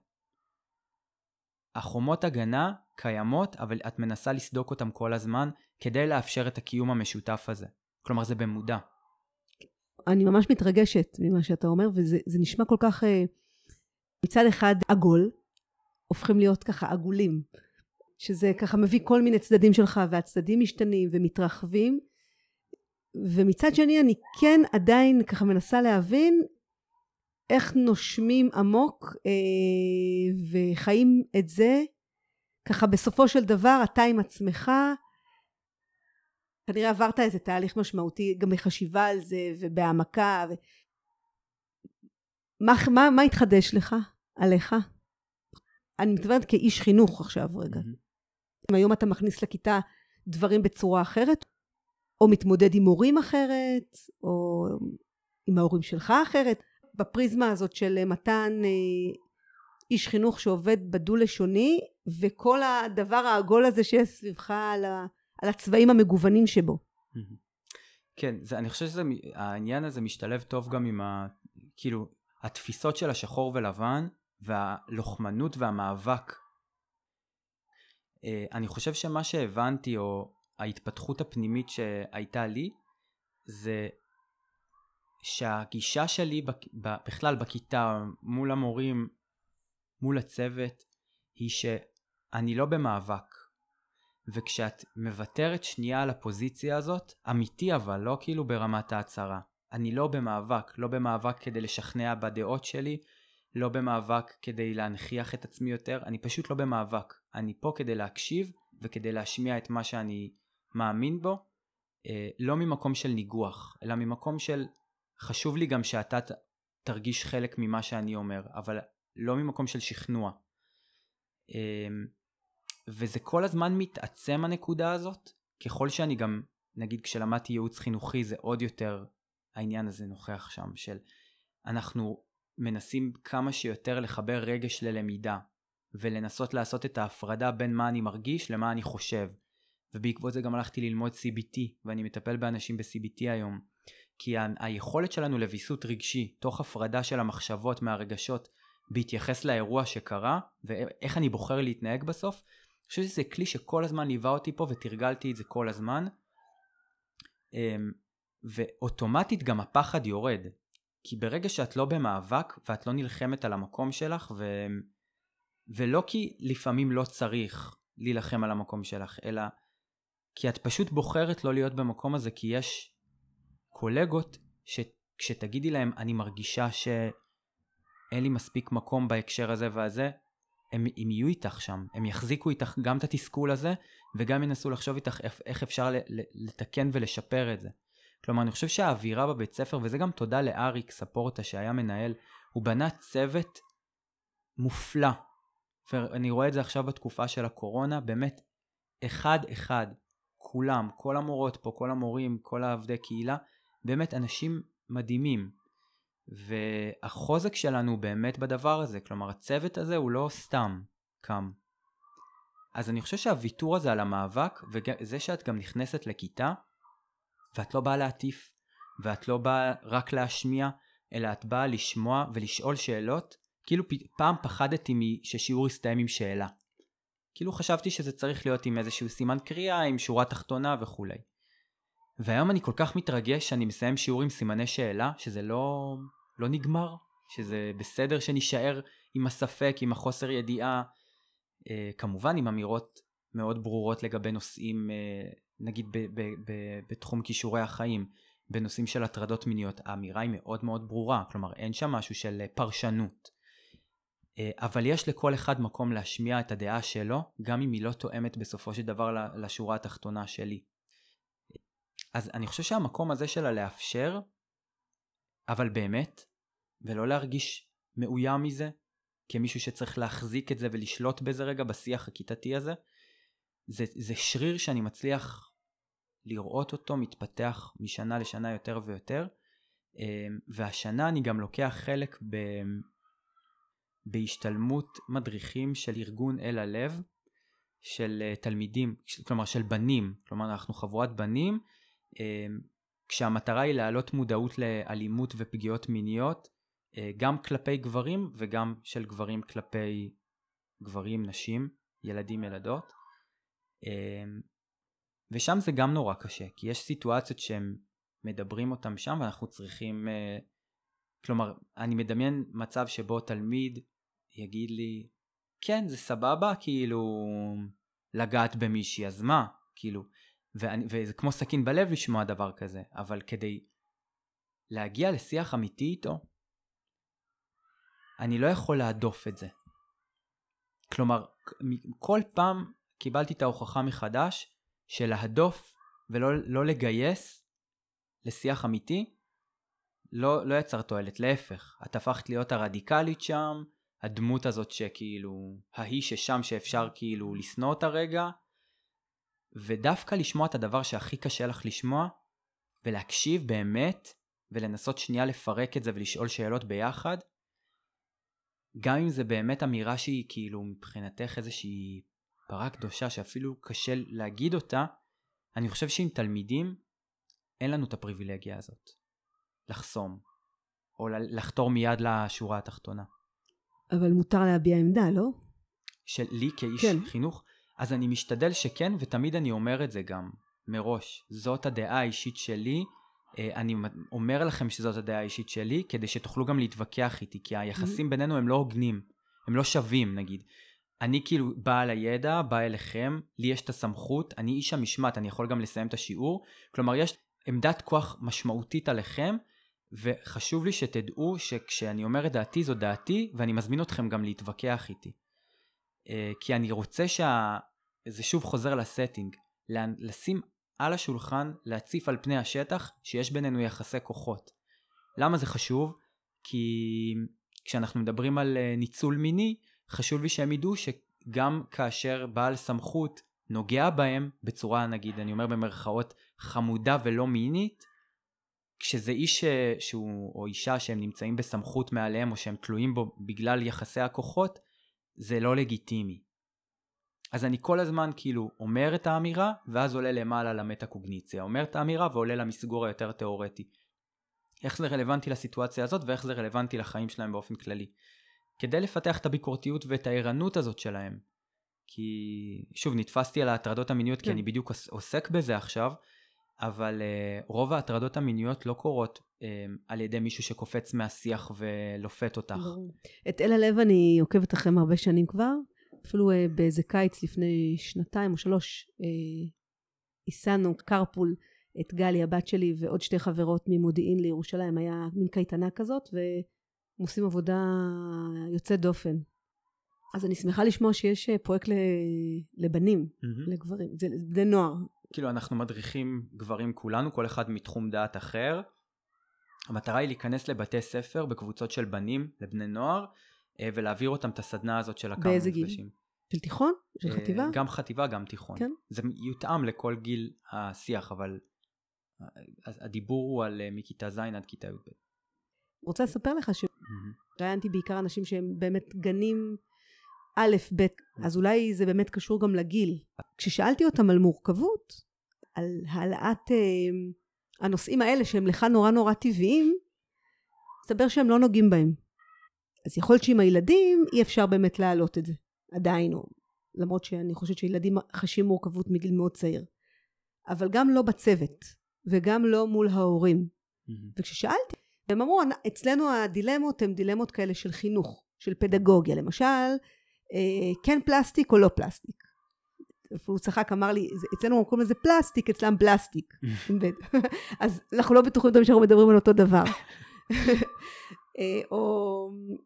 החומות הגנה קיימות, אבל את מנסה לסדוק אותם כל הזמן, כדי לאפשר את הקיום המשותף הזה. כלומר, זה במודע. אני ממש מתרגשת ממה שאתה אומר, וזה זה נשמע כל כך, מצד אחד עגול, הופכים להיות ככה עגולים, שזה ככה מביא כל מיני צדדים שלך, והצדדים משתנים ומתרחבים, ומצד שני אני כן עדיין ככה מנסה להבין, איך נושמים עמוק אה, וחיים את זה, ככה בסופו של דבר אתה עם עצמך, כנראה עברת איזה תהליך משמעותי, גם בחשיבה על זה ובהעמקה. ו... מה, מה, מה התחדש לך, עליך? אני מתכוונת כאיש חינוך עכשיו רגע. Mm-hmm. אם היום אתה מכניס לכיתה דברים בצורה אחרת, או מתמודד עם הורים אחרת, או עם ההורים שלך אחרת, בפריזמה הזאת של מתן איש חינוך שעובד בדו לשוני, וכל הדבר העגול הזה שיש סביבך על, ה, על הצבעים המגוונים שבו. כן, זה, אני חושב שהעניין הזה משתלב טוב גם עם ה, כאילו, התפיסות של השחור ולבן, והלוחמנות והמאבק. אני חושב שמה שהבנתי, או ההתפתחות הפנימית שהייתה לי, זה שהגישה שלי בכלל בכיתה, מול המורים, מול הצוות, היא שאני לא במאבק. וכשאת מבטרת שנייה על הפוזיציה הזאת, אמיתי אבל, לא כאילו ברמת ההצהרה. אני לא במאבק, לא במאבק כדי לשכנע בדעות שלי, לא במאבק כדי להנכיח את עצמי יותר, אני פשוט לא במאבק. אני פה כדי להקשיב וכדי להשמיע את מה שאני מאמין בו, לא ממקום של ניגוח, אלא ממקום של חשוב לי גם שאתה תרגיש חלק ממה שאני אומר, אבל לא ממקום של שכנוע. וזה כל הזמן מתעצם הנקודה הזאת, ככל שאני גם, נגיד כשלמדתי ייעוץ חינוכי, זה עוד יותר העניין הזה נוכח שם, של אנחנו מנסים כמה שיותר לחבר רגש ללמידה, ולנסות לעשות את ההפרדה בין מה אני מרגיש למה אני חושב. ובעקבות זה גם הלכתי ללמוד סי בי טי, ואני מטפל באנשים ב-סי בי טי היום. כי ה- היכולת שלנו לביסות רגשי, תוך הפרדה של המחשבות מהרגשות, בהתייחס לאירוע שקרה, ואיך אני בוחר להתנהג בסוף, אני חושב שזה כלי שכל הזמן ליווה אותי פה, ותרגלתי את זה כל הזמן. ואוטומטית גם הפחד יורד. כי ברגע שאת לא במאבק, ואת לא נלחמת על המקום שלך, ו... ולא כי לפעמים לא צריך להילחם על המקום שלך, אלא כי את פשוט בוחרת לא להיות במקום הזה, כי יש קולגות שכשתגידי להם, אני מרגישה שאין לי מספיק מקום בהקשר הזה והזה, הם, הם יהיו איתך שם, הם יחזיקו איתך גם את התסכול הזה, וגם ינסו לחשוב איתך איך, איך אפשר לתקן ולשפר את זה. כלומר, אני חושב שהאווירה בבית ספר, וזה גם תודה לאריק ספורטה שהיה מנהל, הוא בנה צוות מופלא, ואני רואה את זה עכשיו בתקופה של הקורונה, באמת אחד אחד, כולם, כל המורות פה, כל המורים, כל העבדי קהילה, באמת אנשים מדהימים, והחוזק שלנו באמת בדבר הזה, כלומר הצוות הזה הוא לא סתם קם. אז אני חושב שהוויתור הזה על המאבק, וזה שאת גם נכנסת לכיתה, ואת לא באה להטיף, ואת לא באה רק להשמיע, אלא את באה לשמוע ולשאול שאלות, כאילו פעם פחדתי ששיעור יסתיים עם שאלה. כאילו חשבתי שזה צריך להיות עם איזשהו סימן קריאה, עם שורה תחתונה וכו'. והיום אני כל כך מתרגש שאני מסיים שיעור עם סימני שאלה, שזה לא, לא נגמר, שזה בסדר שנשאר עם הספק, עם החוסר ידיעה, אה, כמובן עם אמירות מאוד ברורות לגבי נושאים, אה, נגיד ב, ב, ב, בתחום כישורי החיים, בנושאים של הטרדות מיניות, האמירה היא מאוד מאוד ברורה, כלומר אין שם משהו של פרשנות. אבל יש לכל אחד מקום להשמיע את הדעה שלו, גם אם היא לא תואמת בסופו של דבר לשורה התחתונה שלי. אז אני חושב שהמקום הזה שלה לאפשר, אבל באמת, ולא להרגיש מאוים מזה, כמישהו שצריך להחזיק את זה ולשלוט בזה רגע בשיח הכיתתי הזה, זה, זה שריר שאני מצליח לראות אותו מתפתח משנה לשנה יותר ויותר, והשנה אני גם לוקח חלק ב... בהשתלמות מדריכים של ארגון אל הלב, של תלמידים, כלומר של בנים, כלומר אנחנו חבורת בנים, כשהמטרה היא להעלות מודעות לאלימות ופגיעות מיניות, גם כלפי גברים וגם של גברים כלפי גברים, נשים, ילדים, ילדות. ושם זה גם נורא קשה, כי יש סיטואציות שהם מדברים אותם שם ואנחנו צריכים, כלומר, אני מדמיין מצב שבו תלמיד יגיד לי, כן, זה סבבה, כאילו, לגעת במישהי, אז מה? כאילו, ואני, וזה כמו סכין בלב לשמוע דבר כזה, אבל כדי להגיע לשיח אמיתי איתו, אני לא יכול להדוף את זה. כלומר, כל פעם קיבלתי את ההוכחה מחדש, של להדוף ולא לא לגייס לשיח אמיתי, לא, לא יצר תועלת, להפך. את הפכת להיות הרדיקלית שם, הדמות הזאת שכאילו, ההיא ששם שאפשר כאילו לסנוע אותה רגע, ודווקא לשמוע את הדבר שהכי קשה לך לשמוע, ולהקשיב באמת, ולנסות שנייה לפרק את זה ולשאול שאלות ביחד, גם אם זה באמת אמירה שהיא כאילו מבחינתך איזושהי פרה קדושה שאפילו קשה להגיד אותה, אני חושב שעם תלמידים אין לנו את הפריבילגיה הזאת. לחסום, או לחתור מיד לשורה התחתונה. אבל מותר להביע עמדה, לא? של לי כאיש כן. חינוך? אז אני משתדל שכן, ותמיד אני אומר את זה גם מראש. זאת הדעה האישית שלי, אני אומר לכם שזאת הדעה האישית שלי, כדי שתוכלו גם להתווכח איתי, כי היחסים בינינו הם לא הוגנים, הם לא שווים נגיד. אני כאילו בא לידע, בא אליכם, לי יש את הסמכות, אני איש המשמעת, אני יכול גם לסיים את השיעור, כלומר יש עמדת כוח משמעותית עליכם, וחשוב לי שתדעו שכשאני אומר את דעתי זו דעתי, ואני מזמין אתכם גם להתווכח איתי. כי אני רוצה שה... זה שוב חוזר לסטינג, לשים על השולחן, להציף על פני השטח, שיש בינינו יחסי כוחות. למה זה חשוב? כי כשאנחנו מדברים על ניצול מיני, חשוב לי שהם ידעו שגם כאשר בעל סמכות נוגע בהם בצורה, נגיד, אני אומר במרכאות, חמודה ולא מינית, כשזה איש שהוא, או אישה שהם נמצאים בסמכות מעליהם, או שהם תלויים בו בגלל יחסי הכוחות, זה לא לגיטימי. אז אני כל הזמן כאילו אומר את האמירה, ואז עולה למעלה למטה-קוגניציה. אומר את האמירה ועולה למסגור היותר תיאורטי. איך זה רלוונטי לסיטואציה הזאת, ואיך זה רלוונטי לחיים שלהם באופן כללי. כדי לפתח את הביקורתיות ואת הערנות הזאת שלהם. כי, שוב, נתפסתי על ההטרדות המיניות, כי אני בדיוק עוסק בזה עכשיו, אבל uh, רוב ההטרדות המיניות לא קורות uh, על ידי מישהו שקופץ מהשיח ולופת אותך. את אל הלב אני עוקבת אחריהם הרבה שנים כבר, אפילו uh, באיזה קיץ לפני שנתיים או שלוש, עיסנו uh, קרפול את גלי, הבת שלי, ועוד שתי חברות ממודיעין לירושלים, היה מין קייטנה כזאת, והם עושים עבודה יוצאת דופן. אז אני שמחה לשמוע שיש פרויקט לבנים, mm-hmm. לגברים, זה בני נוער. כאילו אנחנו מדריכים גברים כולנו, כל אחד מתחום דעת אחר. המטרה היא להיכנס לבתי ספר בקבוצות של בנים, לבני נוער, ולהעביר אותם את הסדנה הזאת של הכמה באיזה גיל? של תיכון? של חטיבה? גם חטיבה, גם תיכון. כן? זה יותאם לכל גיל השיח, אבל הדיבור הוא על מכיתה ז' עד כיתה י"ב. רוצה לספר לך שראיינתי בעיקר אנשים שהם באמת גנים א', ב', אז אולי זה באמת קשור גם לגיל. כששאלתי אותם על מורכבות, על העלאת אה, הנושאים האלה שהם לך נורא נורא טבעיים, מסתבר שהם לא נוגעים בהם. אז יכול להיות שעם הילדים אי אפשר באמת להעלות את זה, עדיין, או, למרות שאני חושבת שילדים חשים מורכבות מגיל מאוד צעיר. אבל גם לא בצוות. וגם לא מול ההורים. וכששאלתי, הם אמרו, אצלנו הדילמות הן דילמות כאלה של חינוך, של פדגוגיה, למשל, כן פלסטיק או לא פלסטיק. הוא צחק, אמר לי, אצלנו קוראים לזה פלסטיק, אצלם בלסטיק. אז אנחנו לא בטוחים תמיד שאנחנו מדברים על אותו דבר. או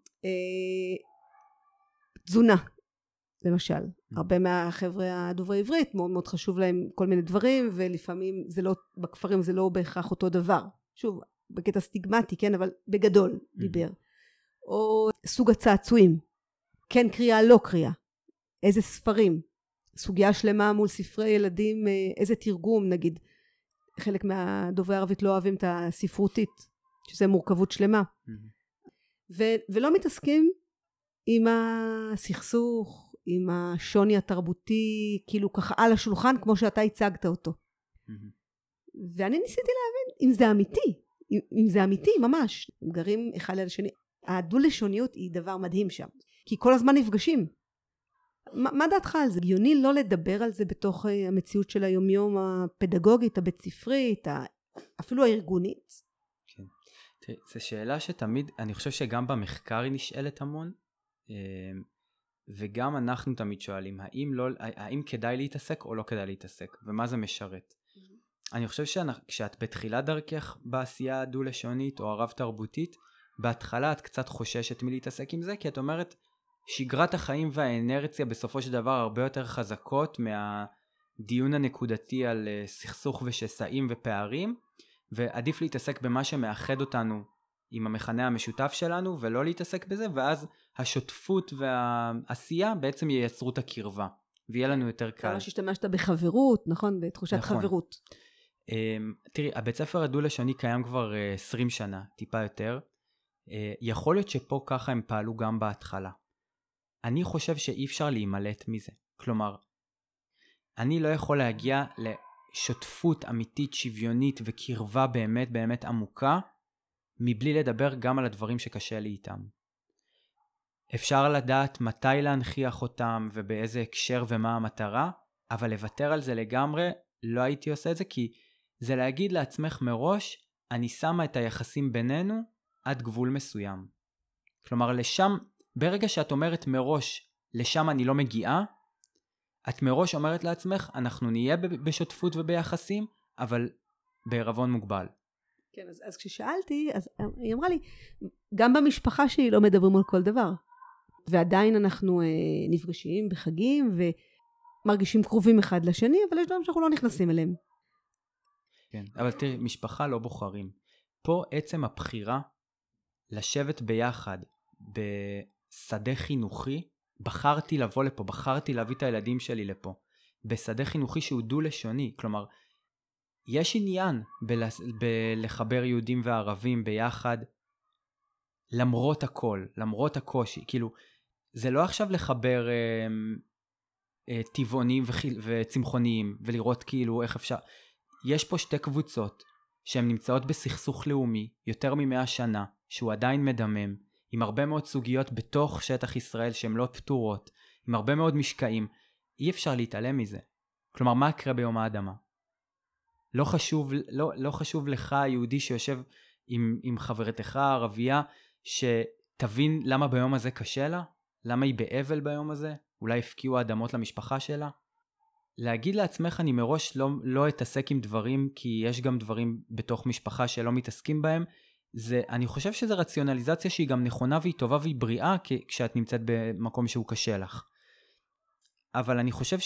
תזונה, למשל. הרבה מהחבר'ה הדוברי עברית, מאוד מאוד חשוב להם כל מיני דברים, ולפעמים זה לא, בכפרים זה לא בהכרח אותו דבר. שוב, בקטע סטיגמטי, כן, אבל בגדול דיבר. או סוג הצעצועים. כן קריאה, לא קריאה. איזה ספרים. סוגיה שלמה מול ספרי ילדים, איזה תרגום, נגיד. חלק מהדוברי הערבית לא אוהבים את הספרותית, שזה מורכבות שלמה. ו- ולא מתעסקים עם הסכסוך, עם השוני התרבותי, כאילו ככה על השולחן, כמו שאתה הצגת אותו. ואני ניסיתי להבין אם זה אמיתי, אם, אם זה אמיתי ממש. הם גרים אחד על השני. הדו-לשוניות היא דבר מדהים שם, כי כל הזמן נפגשים. מה, מה דעתך על זה? הגיוני לא לדבר על זה בתוך המציאות של היומיום הפדגוגית, הבית ספרית, אפילו הארגונית? כן. תראי, זו שאלה שתמיד, אני חושב שגם במחקר היא נשאלת המון, וגם אנחנו תמיד שואלים, האם, לא, האם כדאי להתעסק או לא כדאי להתעסק, ומה זה משרת? אני חושב שכשאת בתחילת דרכך בעשייה הדו-לשונית או הרב-תרבותית, בהתחלה את קצת חוששת מלהתעסק עם זה, כי את אומרת, שגרת החיים והאנרציה בסופו של דבר הרבה יותר חזקות מהדיון הנקודתי על סכסוך ושסעים ופערים, ועדיף להתעסק במה שמאחד אותנו עם המכנה המשותף שלנו, ולא להתעסק בזה, ואז השותפות והעשייה בעצם ייצרו את הקרבה, ויהיה לנו יותר קל. כמה שהשתמשת בחברות, נכון? בתחושת נכון. חברות. Um, תראי, הבית ספר הדו-לשוני קיים כבר uh, עשרים שנה, טיפה יותר. Uh, יכול להיות שפה ככה הם פעלו גם בהתחלה. אני חושב שאי אפשר להימלט מזה. כלומר, אני לא יכול להגיע לשותפות אמיתית, שוויונית וקרבה באמת באמת עמוקה, מבלי לדבר גם על הדברים שקשה לי איתם. אפשר לדעת מתי להנחיח אותם ובאיזה הקשר ומה המטרה, אבל לוותר על זה לגמרי, לא הייתי עושה את זה, כי זה להגיד לעצמך מראש, אני שמה את היחסים בינינו עד גבול מסוים. כלומר, לשם, ברגע שאת אומרת מראש, לשם אני לא מגיעה, את מראש אומרת לעצמך, אנחנו נהיה בשותפות וביחסים, אבל בערבון מוגבל. כן, אז, אז כששאלתי, אז היא אמרה לי, גם במשפחה שלי לא מדברים על כל דבר. ועדיין אנחנו אה, נפגשים בחגים ומרגישים קרובים אחד לשני, אבל יש דברים שאנחנו לא נכנסים אליהם. כן, אבל תראי, משפחה לא בוחרים. פה עצם הבחירה לשבת ביחד בשדה חינוכי, בחרתי לבוא לפה, בחרתי להביא את הילדים שלי לפה, בשדה חינוכי שהוא דו-לשוני, כלומר, יש עניין בלחבר יהודים וערבים ביחד, למרות הכל, למרות הקושי, כאילו, זה לא עכשיו לחבר אה, אה, טבעונים וצמחוניים, ולראות כאילו איך אפשר, יש פה שתי קבוצות, שהן נמצאות בסכסוך לאומי, יותר ממאה שנה, שהוא עדיין מדמם, עם הרבה מאוד סוגיות בתוך שטח ישראל, שהן לא פתורות, עם הרבה מאוד משקעים, אי אפשר להתעלם מזה. כלומר, מה יקרה ביום האדמה? לא חשוב, לא, לא חשוב לך, היהודי שיושב עם, עם חברתך הערבייה, שתבין למה ביום הזה קשה לה? למה היא באבל ביום הזה? אולי הפקיעו האדמות למשפחה שלה? להגיד לעצמך, אני מראש לא, לא אתעסק עם דברים, כי יש גם דברים בתוך משפחה שלא מתעסקים בהם, זה, אני חושב שזה רציונליזציה שהיא גם נכונה והיא טובה והיא בריאה, כשאת נמצאת במקום שהוא קשה לך. אבל אני חושב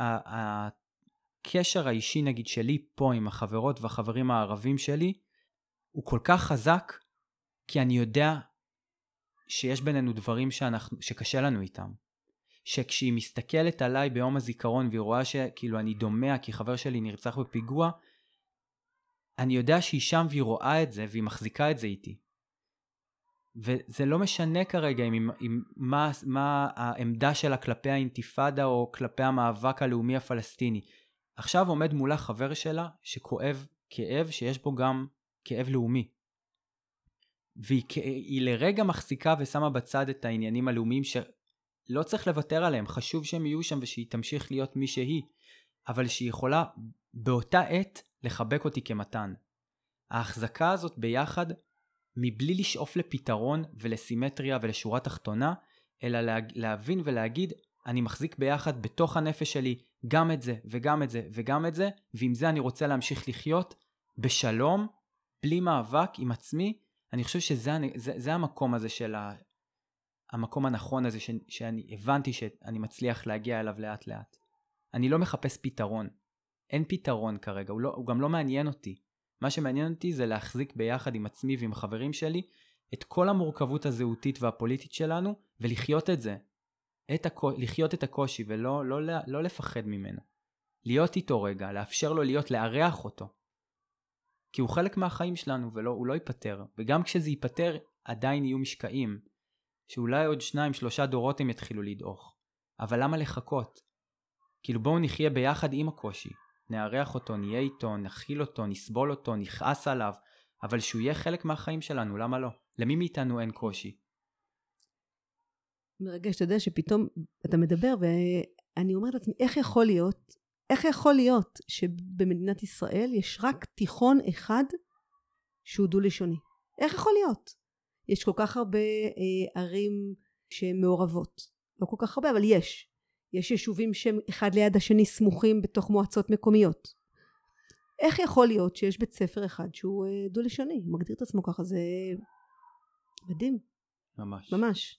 שהקשר האישי, נגיד, שלי פה עם החברות והחברים הערבים שלי, הוא כל כך חזק, כי אני יודע שיש בינינו דברים שאנחנו, שקשה לנו איתם. שכשהיא מסתכלת עליי ביום הזיכרון, והיא רואה שכאילו אני דומע, כי חבר שלי נרצח בפיגוע, אני יודע שהיא שם והיא רואה את זה, והיא מחזיקה את זה איתי. וזה לא משנה כרגע עם, עם מה, מה העמדה שלה כלפי האינתיפאדה, או כלפי המאבק הלאומי הפלסטיני. עכשיו עומד מולה חבר שלה, שכואב כאב, שיש בו גם כאב לאומי. והיא לרגע מחזיקה ושמה בצד את העניינים הלאומיים, שלא צריך לוותר עליהם, חשוב שהם יהיו שם, ושהיא תמשיך להיות מי שהיא, אבל שהיא יכולה באותה עת, לחבק אותי כמתן. ההחזקה הזאת ביחד, מבלי לשאוף לפתרון ולסימטריה ולשורה תחתונה, אלא לה, להבין ולהגיד, אני מחזיק ביחד בתוך הנפש שלי גם את זה וגם את זה וגם את זה, ועם זה אני רוצה להמשיך לחיות בשלום, בלי מאבק עם עצמי. אני חושב שזה זה, זה המקום הזה של ה, המקום הנכון הזה ש, שאני הבנתי שאני מצליח להגיע אליו לאט לאט. אני לא מחפש פתרון. אין פתרון כרגע, הוא, לא, הוא גם לא מעניין אותי. מה שמעניין אותי זה להחזיק ביחד עם עצמי ועם החברים שלי את כל המורכבות הזהותית והפוליטית שלנו, ולחיות את זה. את הקו, לחיות את הקושי ולא לא, לא, לא לפחד ממנו. להיות איתו רגע, לאפשר לו להיות, לארח אותו. כי הוא חלק מהחיים שלנו והוא לא ייפטר. וגם כשזה ייפטר, עדיין יהיו משקעים. שאולי עוד שניים, שלושה דורות הם יתחילו לדעוך. אבל למה לחכות? כאילו בואו נחיה ביחד עם הקושי. נארח אותו, נהיה איתו, נכיל אותו, נסבול אותו, נכעס עליו. אבל שהוא יהיה חלק מהחיים שלנו, למה לא? למי מאיתנו אין קושי? מרגש, אתה יודע שפתאום אתה מדבר ואני אומרת לעצמי, איך יכול להיות, איך יכול להיות שבמדינת ישראל יש רק תיכון אחד שהוא דו-לשוני? איך יכול להיות? יש כל כך הרבה אה, ערים שהן מעורבות. לא כל כך הרבה, אבל יש. יש יישובים שהם אחד ליד השני סמוכים בתוך מועצות מקומיות. איך יכול להיות שיש בית ספר אחד שהוא אה, דו-לשוני? הוא מגדיר את עצמו ככה, זה מדהים. ממש. ממש.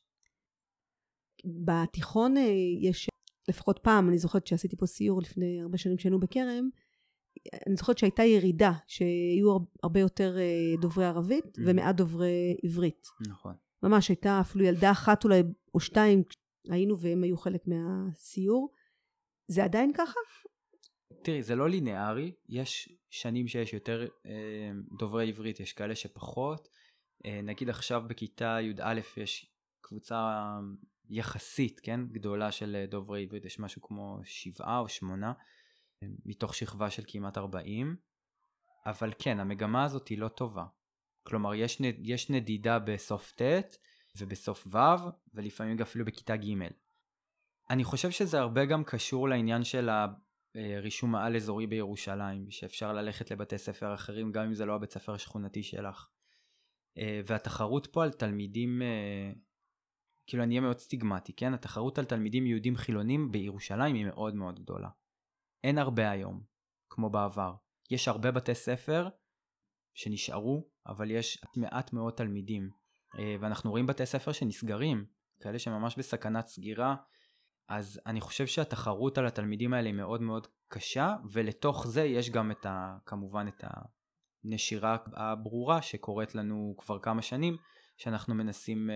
בתיכון יש לפחות פעם, אני זוכרת שעשיתי פה סיור לפני הרבה שנים שהיינו בכרם, אני זוכרת שהייתה ירידה, שהיו הרבה יותר דוברי ערבית mm. ומעט דוברי עברית. נכון. ממש הייתה אפילו ילדה אחת אולי או שתיים, היינו והם היו חלק מהסיור. זה עדיין ככה? תראי, זה לא לינארי, יש שנים שיש יותר אה, דוברי עברית, יש כאלה שפחות. אה, נגיד עכשיו בכיתה י"א יש קבוצה יחסית, כן, גדולה של דוברי עברית, יש משהו כמו שבעה או שמונה, מתוך שכבה של כמעט ארבעים, אבל כן, המגמה הזאת היא לא טובה. כלומר, יש, יש נדידה בסוף ת' ובסוף ו', ולפעמים אפילו בכיתה ג'. אני חושב שזה הרבה גם קשור לעניין של הרישום העל אזורי בירושלים, שאפשר ללכת לבתי ספר אחרים, גם אם זה לא הבית ספר השכונתי שלך. והתחרות פה על תלמידים, כאילו אני אהיה מאוד סטיגמטי, כן? התחרות על תלמידים יהודים חילונים בירושלים היא מאוד מאוד גדולה. אין הרבה היום, כמו בעבר. יש הרבה בתי ספר שנשארו, אבל יש מעט מאוד תלמידים. ואנחנו רואים בתי ספר שנסגרים, כאלה שממש בסכנת סגירה. אז אני חושב שהתחרות על התלמידים האלה היא מאוד מאוד קשה, ולתוך זה יש גם את ה, כמובן את הנשירה הברורה שקורית לנו כבר כמה שנים, שאנחנו מנסים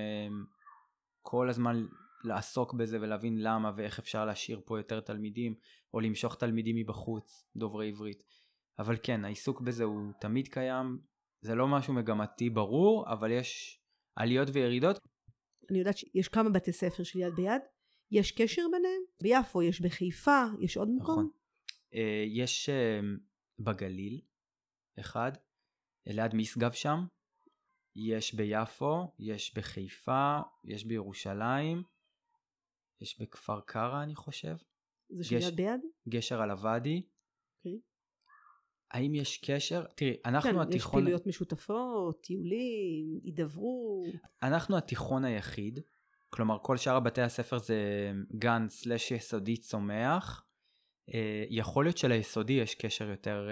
כל הזמן לעסוק בזה ולהבין למה ואיך אפשר להשאיר פה יותר תלמידים, או למשוך תלמידים מבחוץ, דוברי עברית. אבל כן, העיסוק בזה הוא תמיד קיים, זה לא משהו מגמתי ברור, אבל יש עליות וירידות. אני יודעת שיש כמה בתי ספר של יד ביד, יש קשר ביניהם? ביפו, יש בחיפה, יש עוד מקום? נכון. יש בגליל, אחד, ליד משגב שם, יש ביפו, יש בחיפה, יש בירושלים, יש בכפר קרא אני חושב. זה של יד ביד? גשר על הוואדי. אוקיי. האם יש קשר? תראי, אנחנו כן, התיכון... יש פעילויות משותפות, טיולים, ידברו. אנחנו התיכון היחיד, כלומר כל שאר בתי הספר זה גן סלש יסודי צומח. יכול להיות שליסודי יש קשר יותר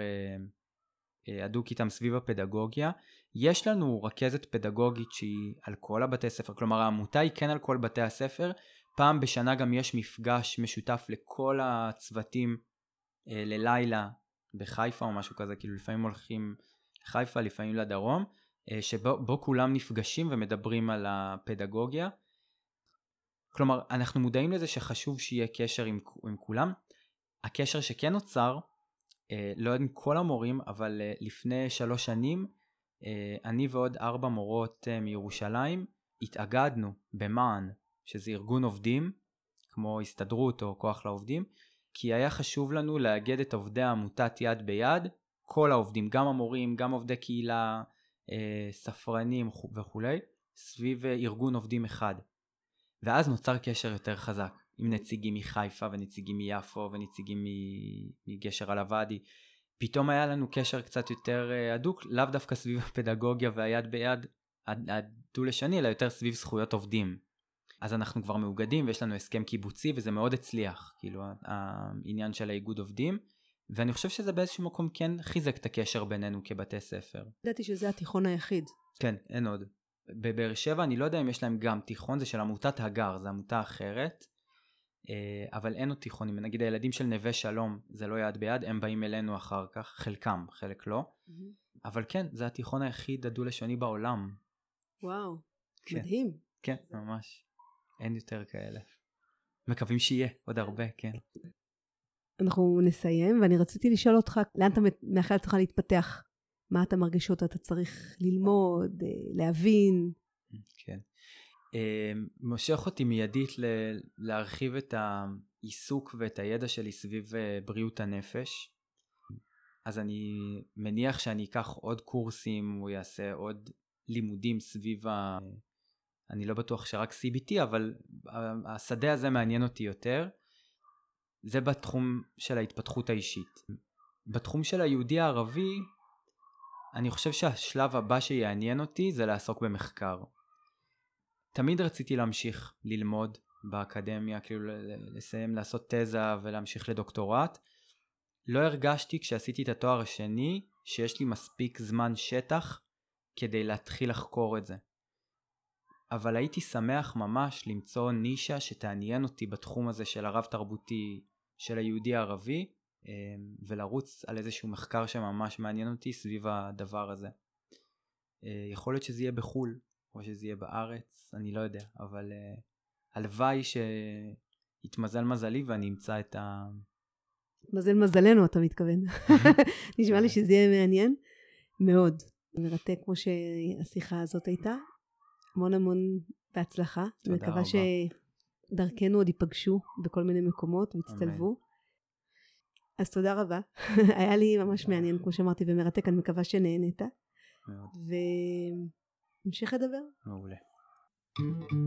הדוק איתם סביב הפדגוגיה. יש לנו רכזת פדגוגית שהיא על כל הבתי ספר, כלומר העמותה היא כן על כל בתי הספר. פעם בשנה גם יש מפגש משותף לכל הצוותים ללילה בחיפה או משהו כזה, כאילו לפעמים הולכים לחיפה, לפעמים לדרום, שבו בו כולם נפגשים ומדברים על הפדגוגיה. כלומר, אנחנו מודעים לזה שחשוב שיהיה קשר עם, עם כולם. הקשר שכן נוצר, לא עם כל המורים, אבל לפני שלוש שנים, אני ועוד ארבע מורות מירושלים, התאגדנו במען, שזה ארגון עובדים, כמו הסתדרות או כוח לעובדים, כי היה חשוב לנו לאגד את עובדי העמותת יד ביד, כל העובדים, גם המורים, גם עובדי קהילה, ספרנים וכו', סביב ארגון עובדים אחד. ואז נוצר קשר יותר חזק, עם נציגים מחיפה ונציגים מיפו ונציגים מגשר על הוואדי. פתאום היה לנו קשר קצת יותר הדוק, לאו דווקא סביב הפדגוגיה והיד ביד הדו-לשני, אלא יותר סביב זכויות עובדים. אז אנחנו כבר מאוגדים ויש לנו הסכם קיבוצי, וזה מאוד הצליח, כאילו העניין של האיגוד עובדים, ואני חושב שזה באיזשהו מקום כן חיזק את הקשר בינינו כבתי ספר. ידעתי שזה התיכון היחיד. כן, אין עוד. בבאר שבע אני לא יודע אם יש להם גם תיכון, זה של עמותת הגר, זה עמותה אחרת, אבל אין עוד תיכונים. נגיד הילדים של נווה שלום, זה לא יד ביד, הם באים אלינו אחר כך, חלקם, חלק לא. Mm-hmm. אבל כן, זה התיכון היחיד הדו-לשוני בעולם. וואו, כן. מדהים. כן, ממש. אין יותר כאלה. מקווים שיהיה עוד הרבה, כן. אנחנו נסיים, ואני רציתי לשאול אותך, לאן אתה מאחל לעצמך להתפתח? מה אתה מרגיש שאתה צריך ללמוד, להבין? כן. מושך אותי מיידית להרחיב את העיסוק ואת הידע שלי סביב בריאות הנפש. אז אני מניח שאני אקח עוד קורסים, או יעשה עוד לימודים סביב ה... אני לא בטוח שרק סי בי טי, אבל השדה הזה מעניין אותי יותר. זה בתחום של ההתפתחות האישית. בתחום של היהודי הערבי, אני חושב שהשלב הבא שיעניין אותי זה לעסוק במחקר. תמיד רציתי להמשיך ללמוד באקדמיה, כאילו לסיים לעשות תזה ולהמשיך לדוקטורט. לא הרגשתי כשעשיתי את התואר השני שיש לי מספיק זמן שטח כדי להתחיל לחקור את זה. אבל הייתי שמח ממש למצוא נישה שתעניין אותי בתחום הזה של הרב תרבותי של היהודי הערבי, ולרוץ על איזשהו מחקר שממש מעניין אותי סביב הדבר הזה. יכול להיות שזה יהיה בחול, או שזה יהיה בארץ, אני לא יודע, אבל הלוואי שיתמזל מזלי ואני אמצא את ה... מזל מזלנו אתה מתכוון. נשמע לי שזה יהיה מעניין מאוד. מרתק כמו שהשיחה הזאת הייתה. המון המון בהצלחה. אני מקווה שדרכנו עוד ייפגשו בכל מיני מקומות והצטלבו. אז תודה רבה. היה לי ממש מעניין כמו שאמרתי ומרתק. אני מקווה שנהנית. מאוד. והמשיך לדבר. מעולה.